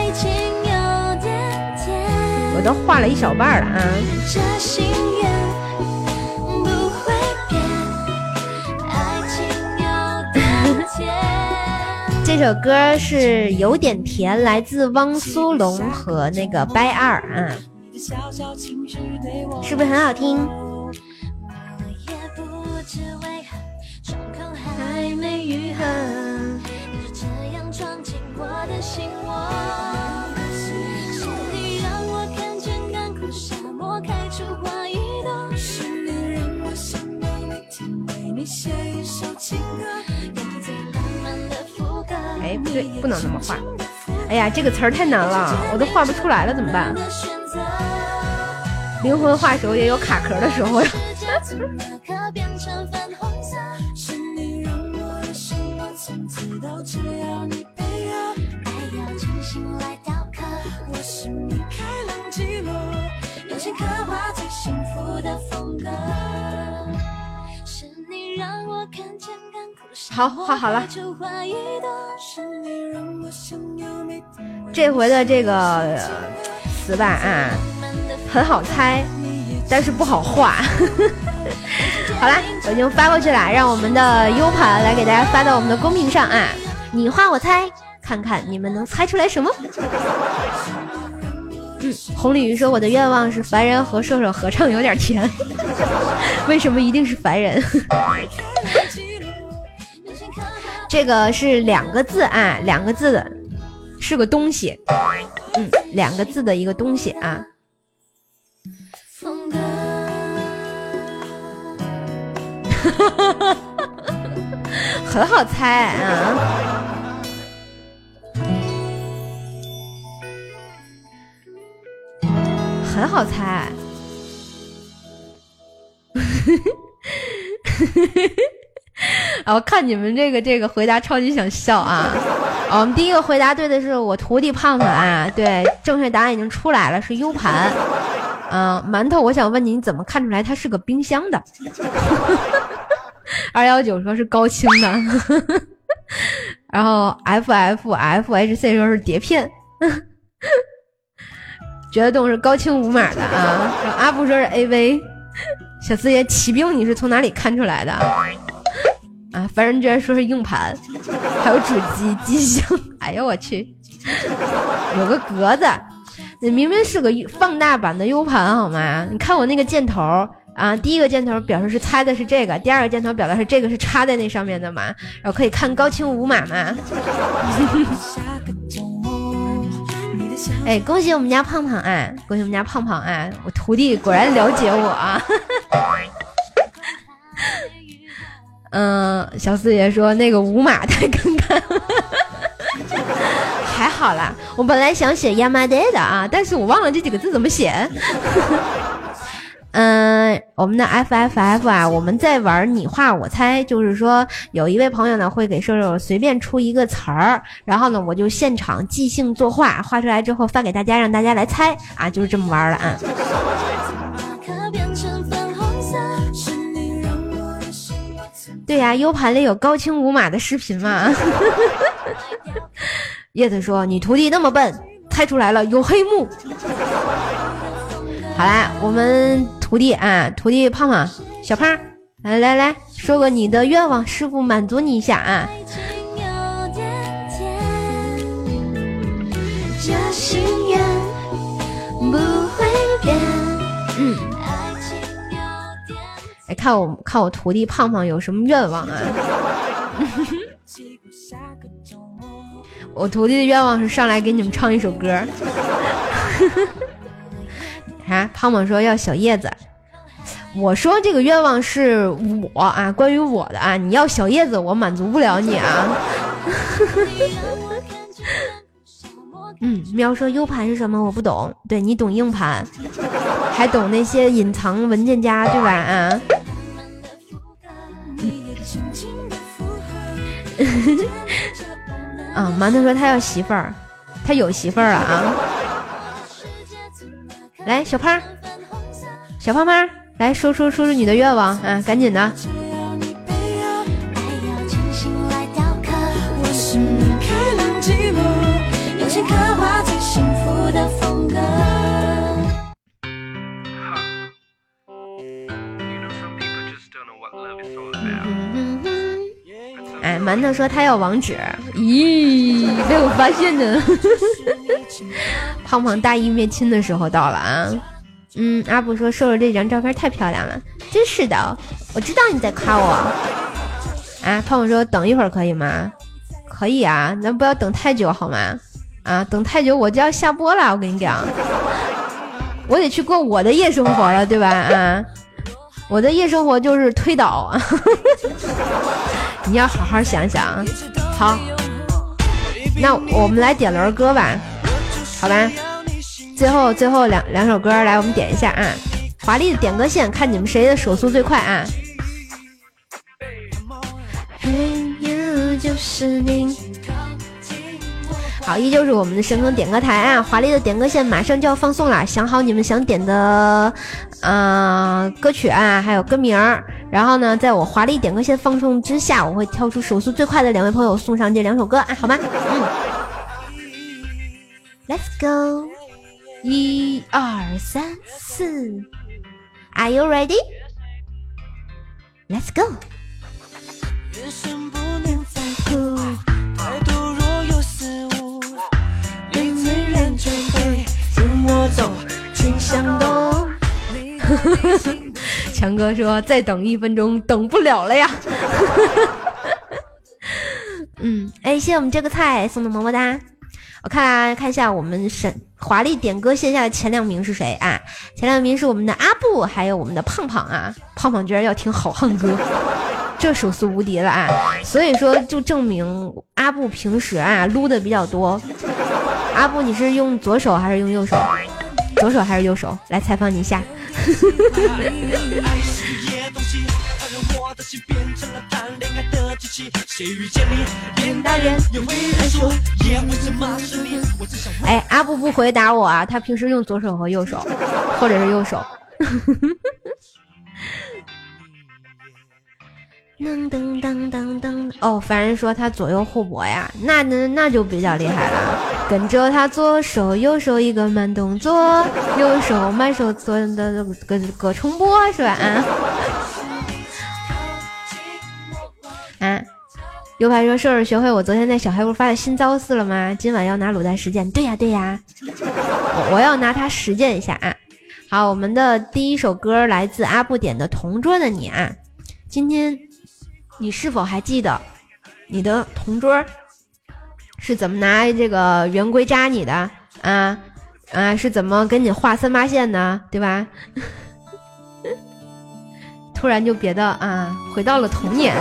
我都画了一小半了啊。这首歌是有点甜，来自汪苏泷和那个掰二啊，是不是很好听？还没愈合，你就这样闯进我的心窝，是你让我看见干枯沙漠开出花一朵，是你让我想要每天为你写一首情歌，用最浪漫的副歌。哎，不对，不能那么画。哎呀，这个词儿太难了，我都画不出来了，怎么办？灵魂画手也有卡壳的时候呀。好，画好了。这回的这个词吧啊，很好猜，但是不好画。好啦，我已经发过去了，让我们的 U 盘来给大家发到我们的公屏上啊，你画我猜，看看你们能猜出来什么。红鲤鱼说我的愿望是凡人和射手合唱有点甜。为什么一定是凡人？这个是2个字啊，2个字的，是个东西，2个字的一个东西啊。很好猜啊，很好猜。啊，我看你们这个回答超级想笑啊！我们第一个回答对的是我徒弟胖胖啊，对，正确答案已经出来了，是 U 盘。馒头，我想问你，你怎么看出来它是个冰箱的？219说是高清的，然后 FHC 说是碟片，觉得动是高清无码的啊，然后阿布说是 AV。 小四爷骑兵你是从哪里看出来的啊？凡人居然说是硬盘，还有主机机箱，哎呦我去，有个格子，那明明是个放大版的 U 盘好吗？你看我那个箭头啊，第一个箭头表示是猜的是这个，第二个箭头表达是这个是插在那上面的嘛，然后可以看高清无码嘛。哎，恭喜我们家胖胖啊！恭喜我们家胖胖啊！我徒弟果然了解我啊。小四爷说那个无码太尴尬了。还好啦，我本来想写亚麻袋的啊，但是我忘了这几个字怎么写。我们的 FFF 啊，我们在玩你画我猜，就是说有一位朋友呢会给射手随便出一个词儿，然后呢我就现场即兴作画，画出来之后发给大家，让大家来猜啊，就是这么玩的啊。对呀，U 盘里有高清无码的视频嘛。叶子说你徒弟那么笨，猜出来了有黑幕。好啦，我们徒弟啊，徒弟胖胖小胖，来说个你的愿望，师傅满足你一下啊。 这心愿不会变。 来看我徒弟胖胖有什么愿望啊。我徒弟的愿望是上来给你们唱一首歌。啊，胖胖说要小叶子，我说这个愿望是我啊，关于我的啊，你要小叶子我满足不了你啊。喵说 U 盘是什么我不懂，对你懂硬盘，还懂那些隐藏文件夹对吧啊？啊，馒头说他要媳妇儿，他有媳妇儿了啊。来，小胖胖，来说出你的愿望啊，赶紧的。哎，馒头说他要网址，咦，被我发现呢。胖胖大义灭亲的时候到了啊。阿布说瘦瘦这张照片太漂亮了，真是的，我知道你在夸我。啊，胖胖说等一会儿可以吗？可以啊，咱不要等太久好吗？啊，等太久我就要下播了，我跟你讲，我得去过我的夜生活了，对吧？啊，我的夜生活就是推倒。你要好好想想。好，那我们来点轮歌吧，好吧？最后两首歌来，我们点一下啊！华丽的点歌线，看你们谁的手速最快啊！好，依旧是我们的神坑点歌台啊！华丽的点歌线马上就要放送了，想好你们想点的歌曲啊，还有歌名，然后呢，在我华丽点歌线放送之下，我会挑出手速最快的两位朋友送上这两首歌啊，好吗？Let's go， 1、2、3、4 ，Are you ready？ Let's go。强哥说再等1分钟，等不了了呀。谢谢我们这个菜送的么么哒。我看一下我们华丽点歌线下的前2名是谁啊？前2名是我们的阿布，还有我们的胖胖啊。胖胖居然要听好汉歌，这手速无敌了啊！所以说就证明阿布平时啊撸的比较多。阿布，你是用左手还是用右手？左手还是右手？来采访你一下。哎，阿布不回答我啊，他平时用左手和右手，或者是右手。 噔噔噔噔噔。哦，凡人说他左右互搏呀，那就比较厉害了。跟着他左手右手一个慢动作，右手慢手做的个重播是吧？啊。右派说射手学会我昨天在小黑屋发的新招式了吗？今晚要拿卤蛋实践。对呀对呀，我要拿它实践一下啊。好，我们的第一首歌来自阿布点的同桌的你啊。今天你是否还记得你的同桌是怎么拿这个圆规扎你的啊？是怎么跟你画3八线的，对吧？突然就别的啊，回到了童年。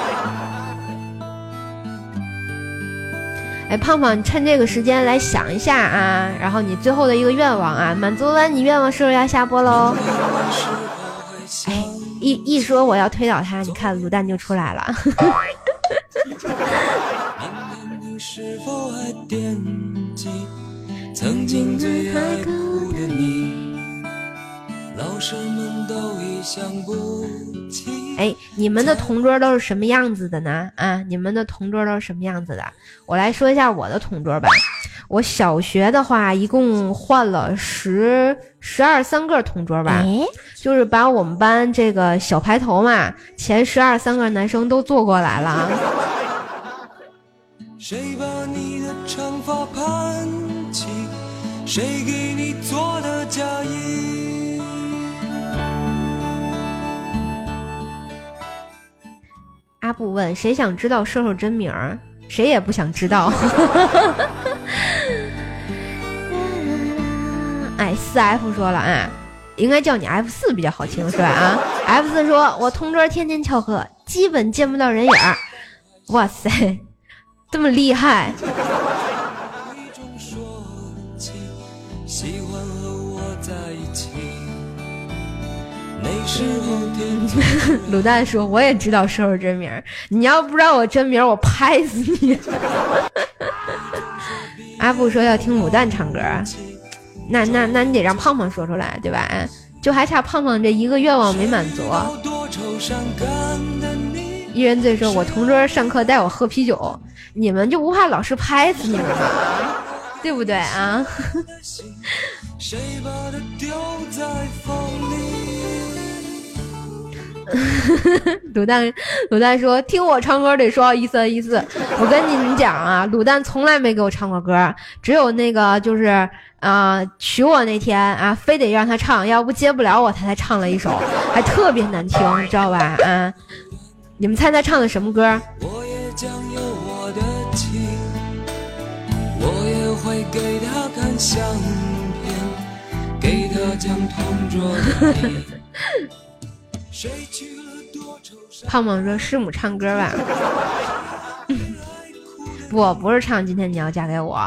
哎，胖胖，你趁这个时间来想一下啊，然后你最后的一个愿望啊，满足完你愿望是不是要下播喽？哎，一说我要推倒他，你看卤蛋就出来了。 你是否还惦记曾经最爱哭的你？老师们都已想不起。 哎，你们的同桌都是什么样子的呢？啊，你们的同桌都是什么样子的？我来说一下我的同桌吧。我小学的话，一共换了12、13个同桌吧，就是把我们班这个小排头嘛，前12、13个男生都坐过来了。 谁把你的长发盘起？谁给你做的嫁衣？ 阿布问谁想知道射手真名儿？谁也不想知道。哎，4F 说了啊，应该叫你 F4 比较好听是吧？啊 ，F4 说我同桌天天翘课，基本见不到人影儿。哇塞，这么厉害！卤蛋说我也知道射手真名，你要不知道我真名我拍死你。阿布说要听卤蛋唱歌，那你得让胖胖说出来对吧？就还差胖胖这一个愿望没满足。一人醉说我同桌上课带我喝啤酒，你们就不怕老师拍死你们吗？对不对啊？ 谁把它丢在风里？ 卤蛋说听我唱歌得说1314。我跟你们讲啊，卤蛋从来没给我唱过歌，只有那个就是娶我那天啊，非得让他唱，要不接不了我他才唱了一首，还特别难听，你知道吧？啊，你们猜他唱的什么歌？ 我也将有我的情，我也会给他看相片，给他讲同桌的你。 胖胖说师母唱歌吧。不是唱今天你要嫁给我，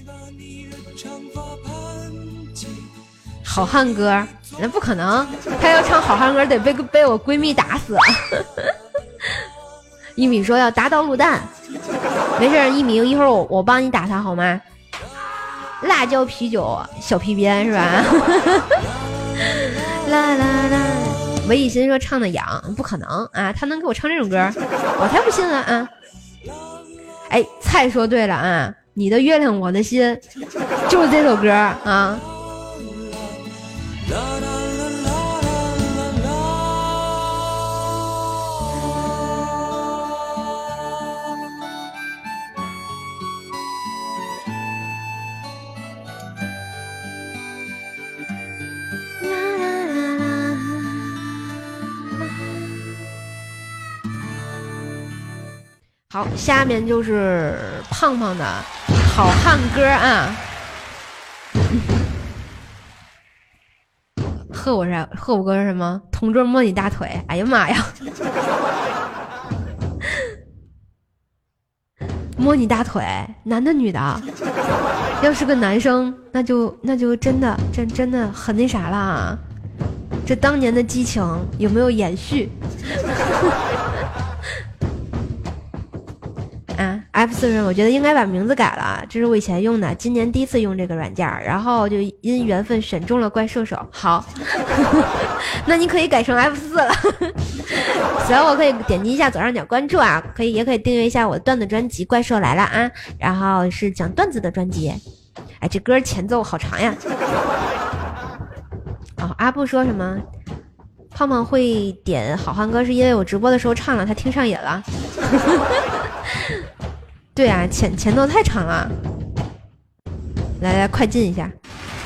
好汉歌那不可能，他要唱好汉歌得被我闺蜜打死。一米说要打倒卤蛋，没事，一米一会儿我帮你打他好吗？辣椒啤酒小皮鞭是吧？啦啦啦！韦以欣说唱的痒，不可能啊，他能给我唱这种歌，我才不信了啊！哎，菜说对了啊，你的月亮我的心就是这首歌啊。好，下面就是胖胖的好汉歌啊。贺我歌是什么？同桌摸你大腿，哎呀妈呀！摸你大腿，男的女的？要是个男生，那就真的很那啥啦。这当年的激情有没有延续？F4 人我觉得应该把名字改了，这是我以前用的，今年第一次用这个软件，然后就因缘分选中了怪兽手。好，那你可以改成 F4 了。 喜欢我可以点击一下左上角关注啊，也可以订阅一下我的段子专辑《怪兽来了》啊，然后是讲段子的专辑。哎，这歌前奏好长呀。哦，阿布说什么？胖胖会点好汉歌是因为我直播的时候唱了，他听上瘾了。对啊，前奏太长了。来快进一下。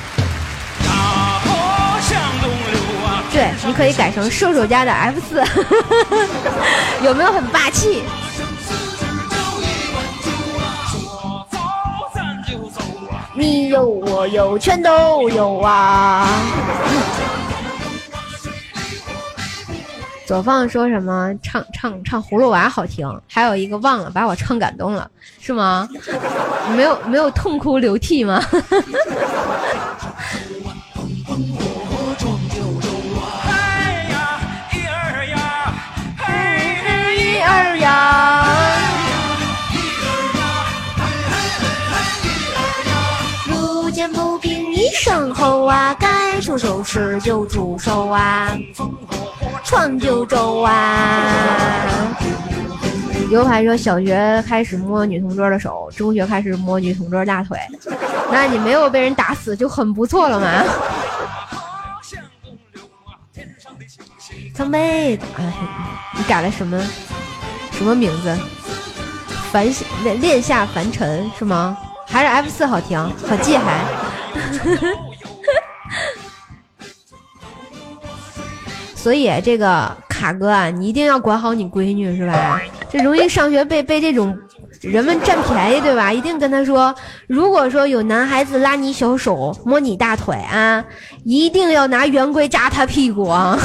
对，你可以改成瘦瘦家的 F4，有没有很霸气？你有我有全都有啊。左放说什么唱葫芦娃好听，还有一个忘了把我唱感动了，是吗？没有痛哭流涕吗？一二呀，路见不平一声吼啊，该出手时就出手啊，闯九州啊。刘排说小学开始摸女同桌的手，中学开始摸女同桌大腿，那你没有被人打死就很不错了嘛。苍杯，哎，你改了什么名字？恋下凡尘是吗？还是 F4 好听，好记还。所以这个卡哥啊，你一定要管好你闺女是吧？这容易上学被这种人们占便宜对吧？一定跟他说，如果说有男孩子拉你小手摸你大腿啊，一定要拿圆规扎他屁股啊。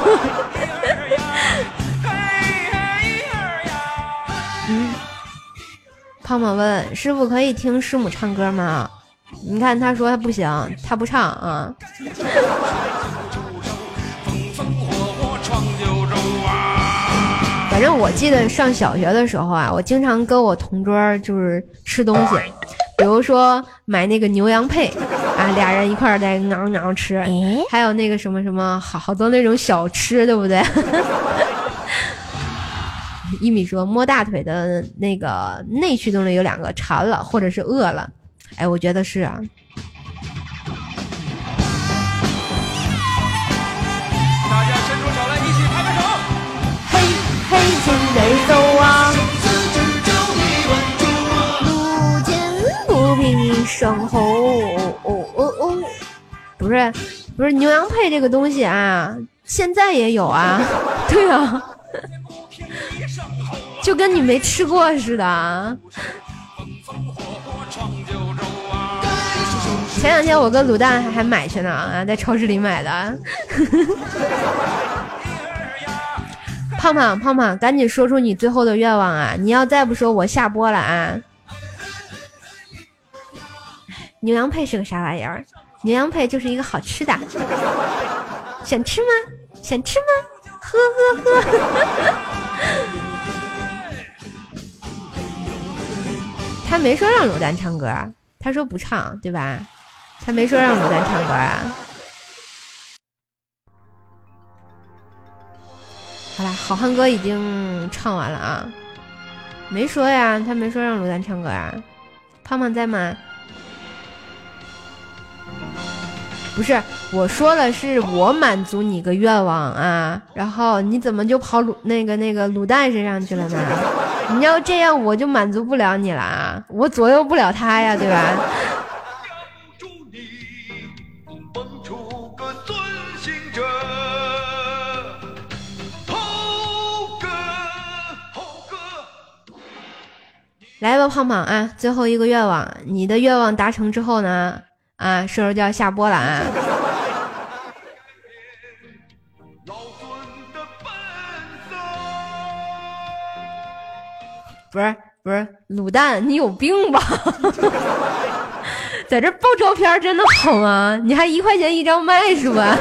胖胖问师傅可以听师母唱歌吗？你看他说他不行，他不唱啊。反正我记得上小学的时候啊，我经常跟我同桌就是吃东西，比如说买那个牛羊配啊，俩人一块儿在嗷吃，还有那个什么好多那种小吃，对不对？一米说摸大腿的那个内驱动力有2个，馋了或者是饿了。哎，我觉得是啊。 大家伸出手来，一起拍拍手。 嘿嘿，请得走啊！路见不平一声吼，不是牛羊配这个东西啊，现在也有啊。对啊。就跟你没吃过似的。前2天我跟卤蛋还买去呢啊，在超市里买的。胖胖，赶紧说出你最后的愿望啊！你要再不说，我下播了啊！牛羊配是个啥玩意儿？牛羊配就是一个好吃的，想吃吗？想吃吗？呵。他没说让卤蛋唱歌，他说不唱，对吧？他没说让卤蛋唱歌啊。好啦，好汉歌已经唱完了啊，没说呀，他没说让卤蛋唱歌啊。胖胖在吗？不是，我说的是我满足你个愿望啊，然后你怎么就跑那个卤蛋身上去了呢？你要这样我就满足不了你了啊，我左右不了他呀，对吧？来吧，胖胖啊，最后一个愿望，你的愿望达成之后呢，啊，射手就要下播了啊。不是，卤蛋，你有病吧？在这报照片真的好吗？你还1块钱1张卖是吧？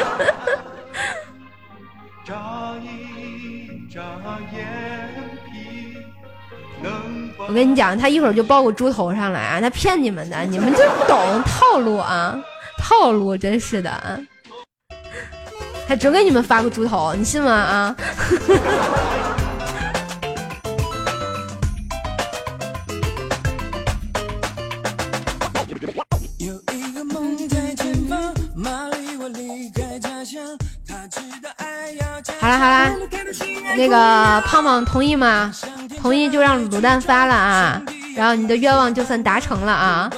我跟你讲，他一会儿就报我猪头上来啊！他骗你们的，你们就不懂套路啊！套路真是的啊！ 还真给你们发个猪头，你信吗啊？ 有一个梦在前方，马里我离开家乡，他知道爱要加好啦，那个胖胖同意吗？同意就让卤蛋发了啊，然后你的愿望就算达成了啊。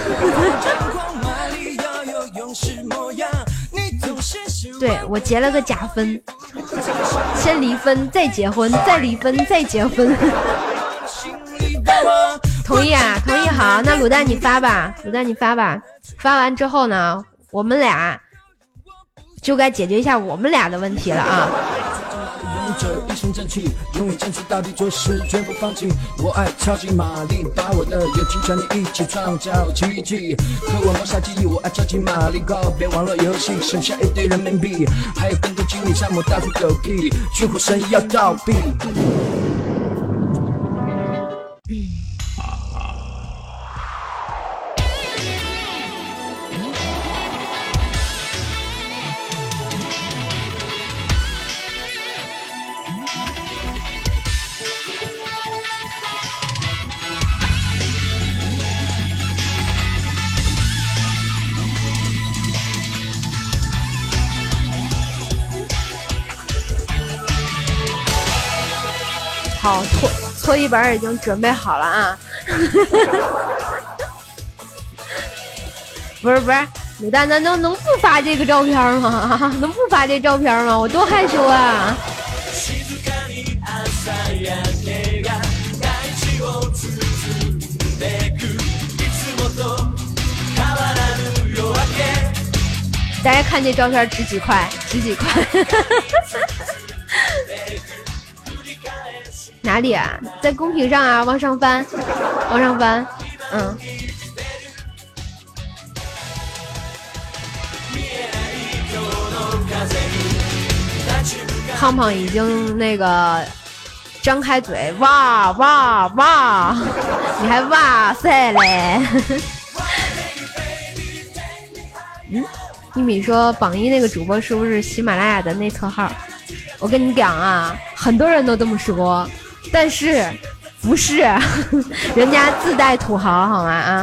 对，我结了个假婚，先离婚再结婚，再离婚再结婚。同意啊，同意。好，那卤蛋你发吧，卤蛋你发吧。发完之后呢，我们俩就该解决一下我们俩的问题了啊。 一身正气，永远坚持到底，做事绝不放弃。我爱超级玛丽，把我的友情传递，一起创造奇迹。和我谋杀记忆，我爱超级玛丽，告别网络游戏，剩下一堆人民币，还有更多精力沙漠到处狗屁，去虎神要倒闭。 好，搓衣板已经准备好了啊！不是，卤蛋，咱能不发这个照片吗？能不发这照片吗？我多害羞啊！大家看这照片值几块？值几块？哪里啊？在公屏上啊，往上翻，往上翻，嗯。胖胖已经那个张开嘴，哇哇哇！你还哇塞嘞？嗯，一米说榜一那个主播是不是喜马拉雅的内测号？我跟你讲啊，很多人都这么说。但是不是人家自带土豪好吗啊？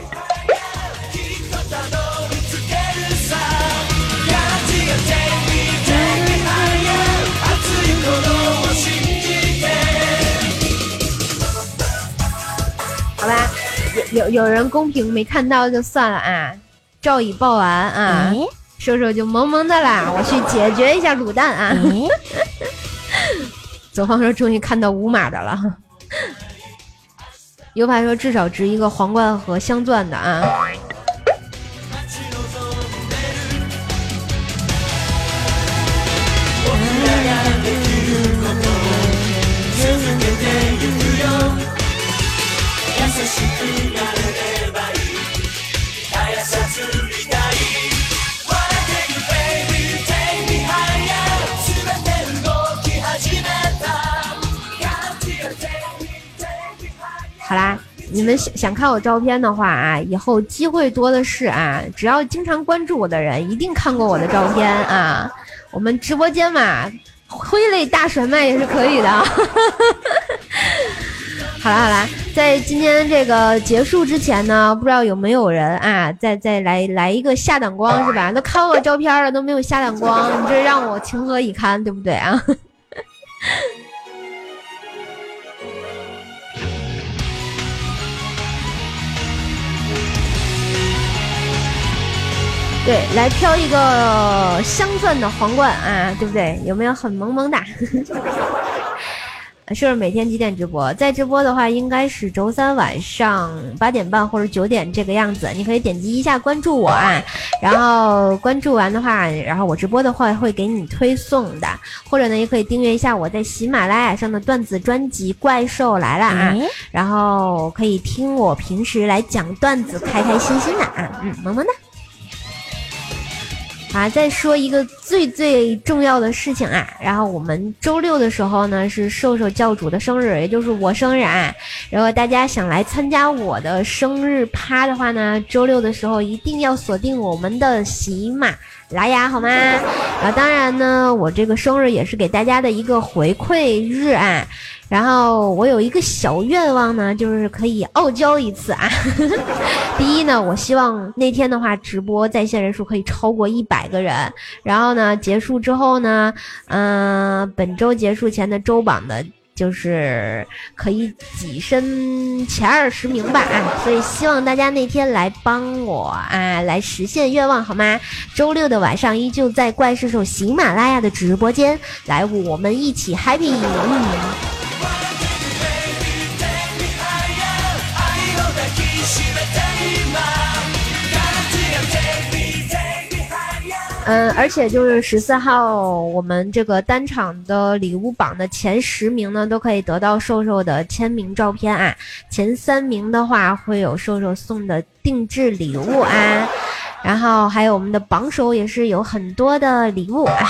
好吧，有人公屏没看到就算了啊，照已报完啊，瘦瘦就萌萌的啦，我去解决一下卤蛋啊。左方说终于看到无码的了，右派说至少值一个皇冠和镶钻的啊。好啦，你们想看我照片的话啊，以后机会多的是啊，只要经常关注我的人，一定看过我的照片啊。我们直播间嘛，挥泪大甩卖也是可以的。好啦，在今天这个结束之前呢，不知道有没有人啊，再来一个下档光是吧？都看我照片了，都没有下档光，你这让我情何以堪，对不对啊？对，来挑一个镶钻的皇冠啊，对不对？有没有很萌萌的？是不是每天几点直播？在直播的话，应该是周三晚上8点半或者9点这个样子。你可以点击一下关注我啊，然后关注完的话，然后我直播的话会给你推送的，或者呢，也可以订阅一下我在喜马拉雅上的段子专辑《怪兽来了》啊，然后可以听我平时来讲段子，开开心心的啊，萌萌的。啊，再说一个最重要的事情啊，然后我们周六的时候呢是瘦瘦教主的生日，也就是我生日啊。如果大家想来参加我的生日趴的话呢，周六的时候一定要锁定我们的喜马拉雅好吗？然后当然呢，我这个生日也是给大家的一个回馈日啊。然后我有一个小愿望呢，就是可以傲娇一次啊。第一呢，我希望那天的话直播在线人数可以超过100个人。然后呢，结束之后呢，本周结束前的周榜的就是可以跻身前20名吧啊！所以希望大家那天来帮我啊，来实现愿望好吗？周六的晚上依旧在怪兽手喜马拉雅的直播间，来我们一起 happy。而且就是14号，我们这个单场的礼物榜的前10名呢，都可以得到瘦瘦的签名照片啊。前3名的话，会有瘦瘦送的定制礼物啊。然后还有我们的榜首也是有很多的礼物啊。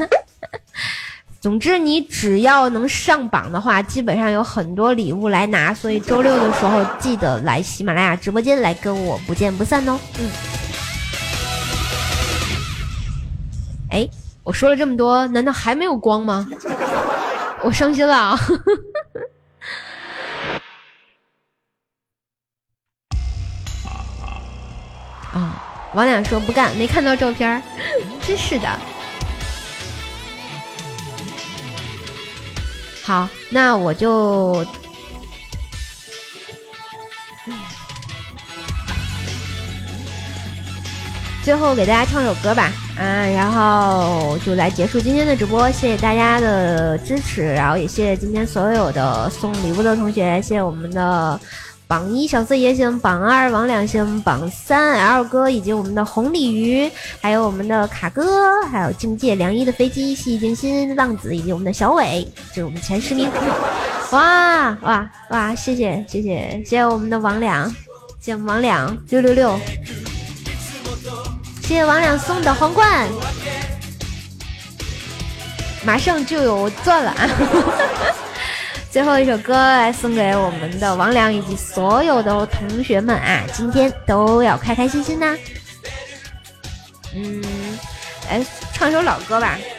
总之，你只要能上榜的话，基本上有很多礼物来拿。所以周六的时候，记得来喜马拉雅直播间来跟我不见不散哦。哎，我说了这么多，难道还没有光吗？我伤心了啊！王俩说不干，没看到照片，真是的。好，那我就最后给大家唱首歌吧，然后就来结束今天的直播。谢谢大家的支持，然后也谢谢今天所有的送礼物的同学，谢谢我们的榜1小四爷星，榜2王两星，榜3 L 哥，以及我们的红鲤鱼，还有我们的卡哥，还有境界良医的飞机，细静心浪子，以及我们的小伟，这是我们前10名。哇，谢谢我们的王两，谢谢我们王两666。谢谢王两送的皇冠，马上就有钻了啊！最后一首歌来送给我们的王良以及所有的同学们啊，今天都要开开心心的。来唱首老歌吧。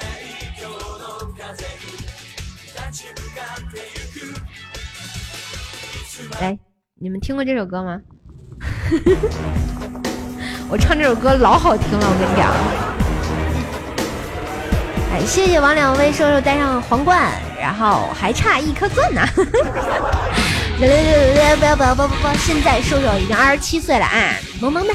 来，你们听过这首歌吗？我唱这首歌老好听了，我跟你讲。哎，谢谢王两位瘦瘦带上皇冠，然后还差1颗钻呢。不，现在瘦瘦已经27岁了啊，萌萌的。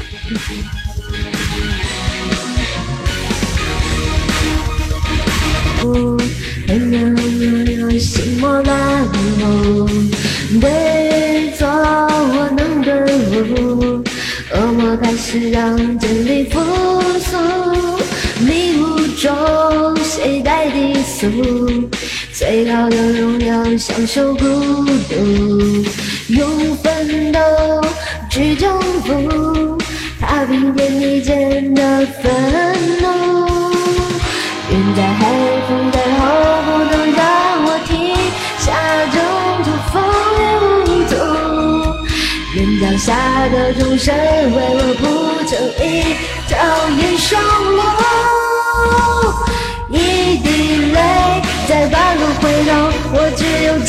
心莫乱舞，对错我能顿悟，恶魔开始让真理复苏，迷雾中谁在低诉，最高的荣耀享受孤独，用奋斗去征服，踏平天地间的愤怒，愿在黑风在后不能让我停下征途风雨无阻，愿脚下的众生为我铺成一条英雄路，一滴泪在半路回头，我只有战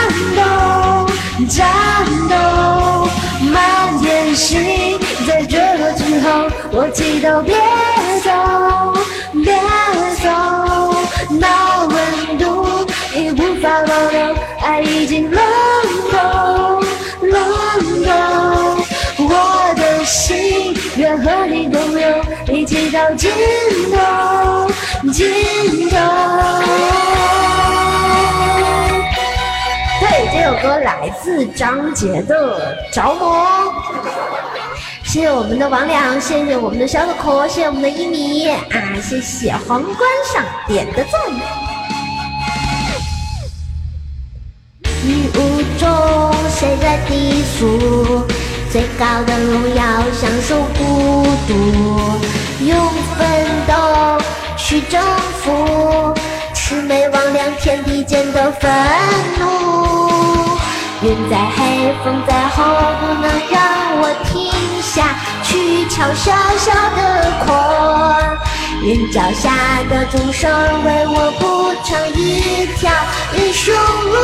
斗，满天星在坠落之后，我祈祷别走，那温度已无法保留，爱已经冷冻，我的心愿和你共有，一起到尽头。对，这首歌来自张杰的《着魔》。谢谢我们的王良，谢谢我们的小可可，谢谢我们的一米啊，谢谢皇冠上点的赞。雨雾中谁在低诉，最高的荣耀享受孤独，用奋斗去征服，魑魅魍魉天地间的愤怒，愿在黑风在后不能让我停下去敲小小的框， 愿脚下的竹笙为我谱唱一条英雄路。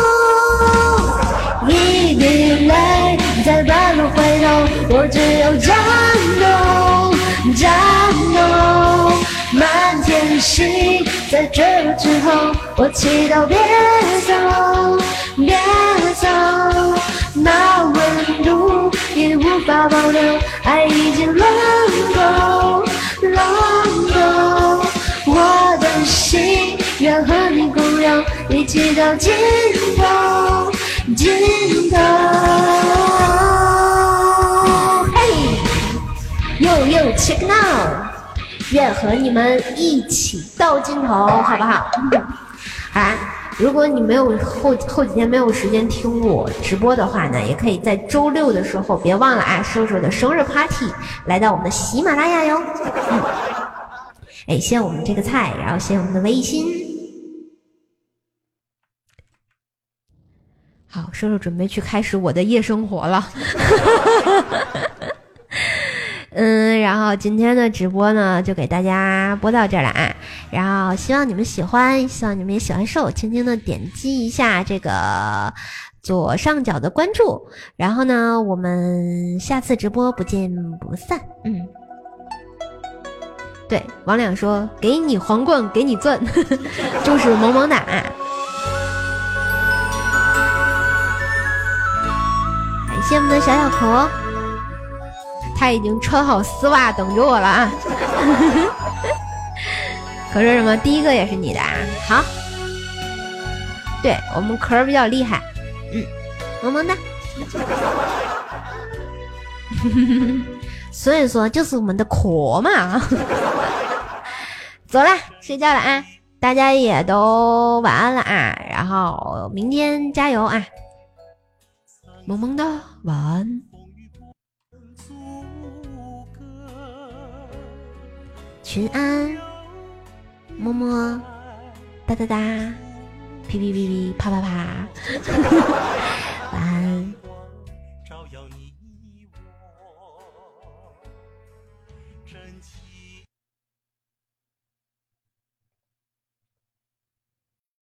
一滴泪在半路回头，我只有战斗，战斗。满天星在坠落之后，我祈祷别走，别走。那温度已无法保留，爱已经冷冻，冷冻。我的心愿和你共有，一起到尽头，尽头。嘿，呦呦 check now， 愿和你们一起到尽头，好不好？啊，如果你没有后几天没有时间听我直播的话呢，也可以在周六的时候，别忘了啊，瘦瘦的生日 party 来到我们的喜马拉雅哟。哎，谢我们这个菜，然后谢我们的微信。好，瘦瘦准备去开始我的夜生活了。然后今天的直播呢，就给大家播到这儿了啊。然后希望你们喜欢，希望你们也喜欢瘦，轻轻的点击一下这个左上角的关注。然后呢，我们下次直播不见不散。对，王亮说给你皇冠给你钻，就是萌萌哒。感谢我们的小小可，他已经穿好丝袜等着我了啊。可说什么第一个也是你的啊？好，对我们壳比较厉害，萌萌哒。所以说就是我们的壳嘛。走了，睡觉了啊，大家也都晚安了啊，然后明天加油啊，萌萌哒，晚安。群安，么么哒哒哒，噼噼噼噼啪啪啪。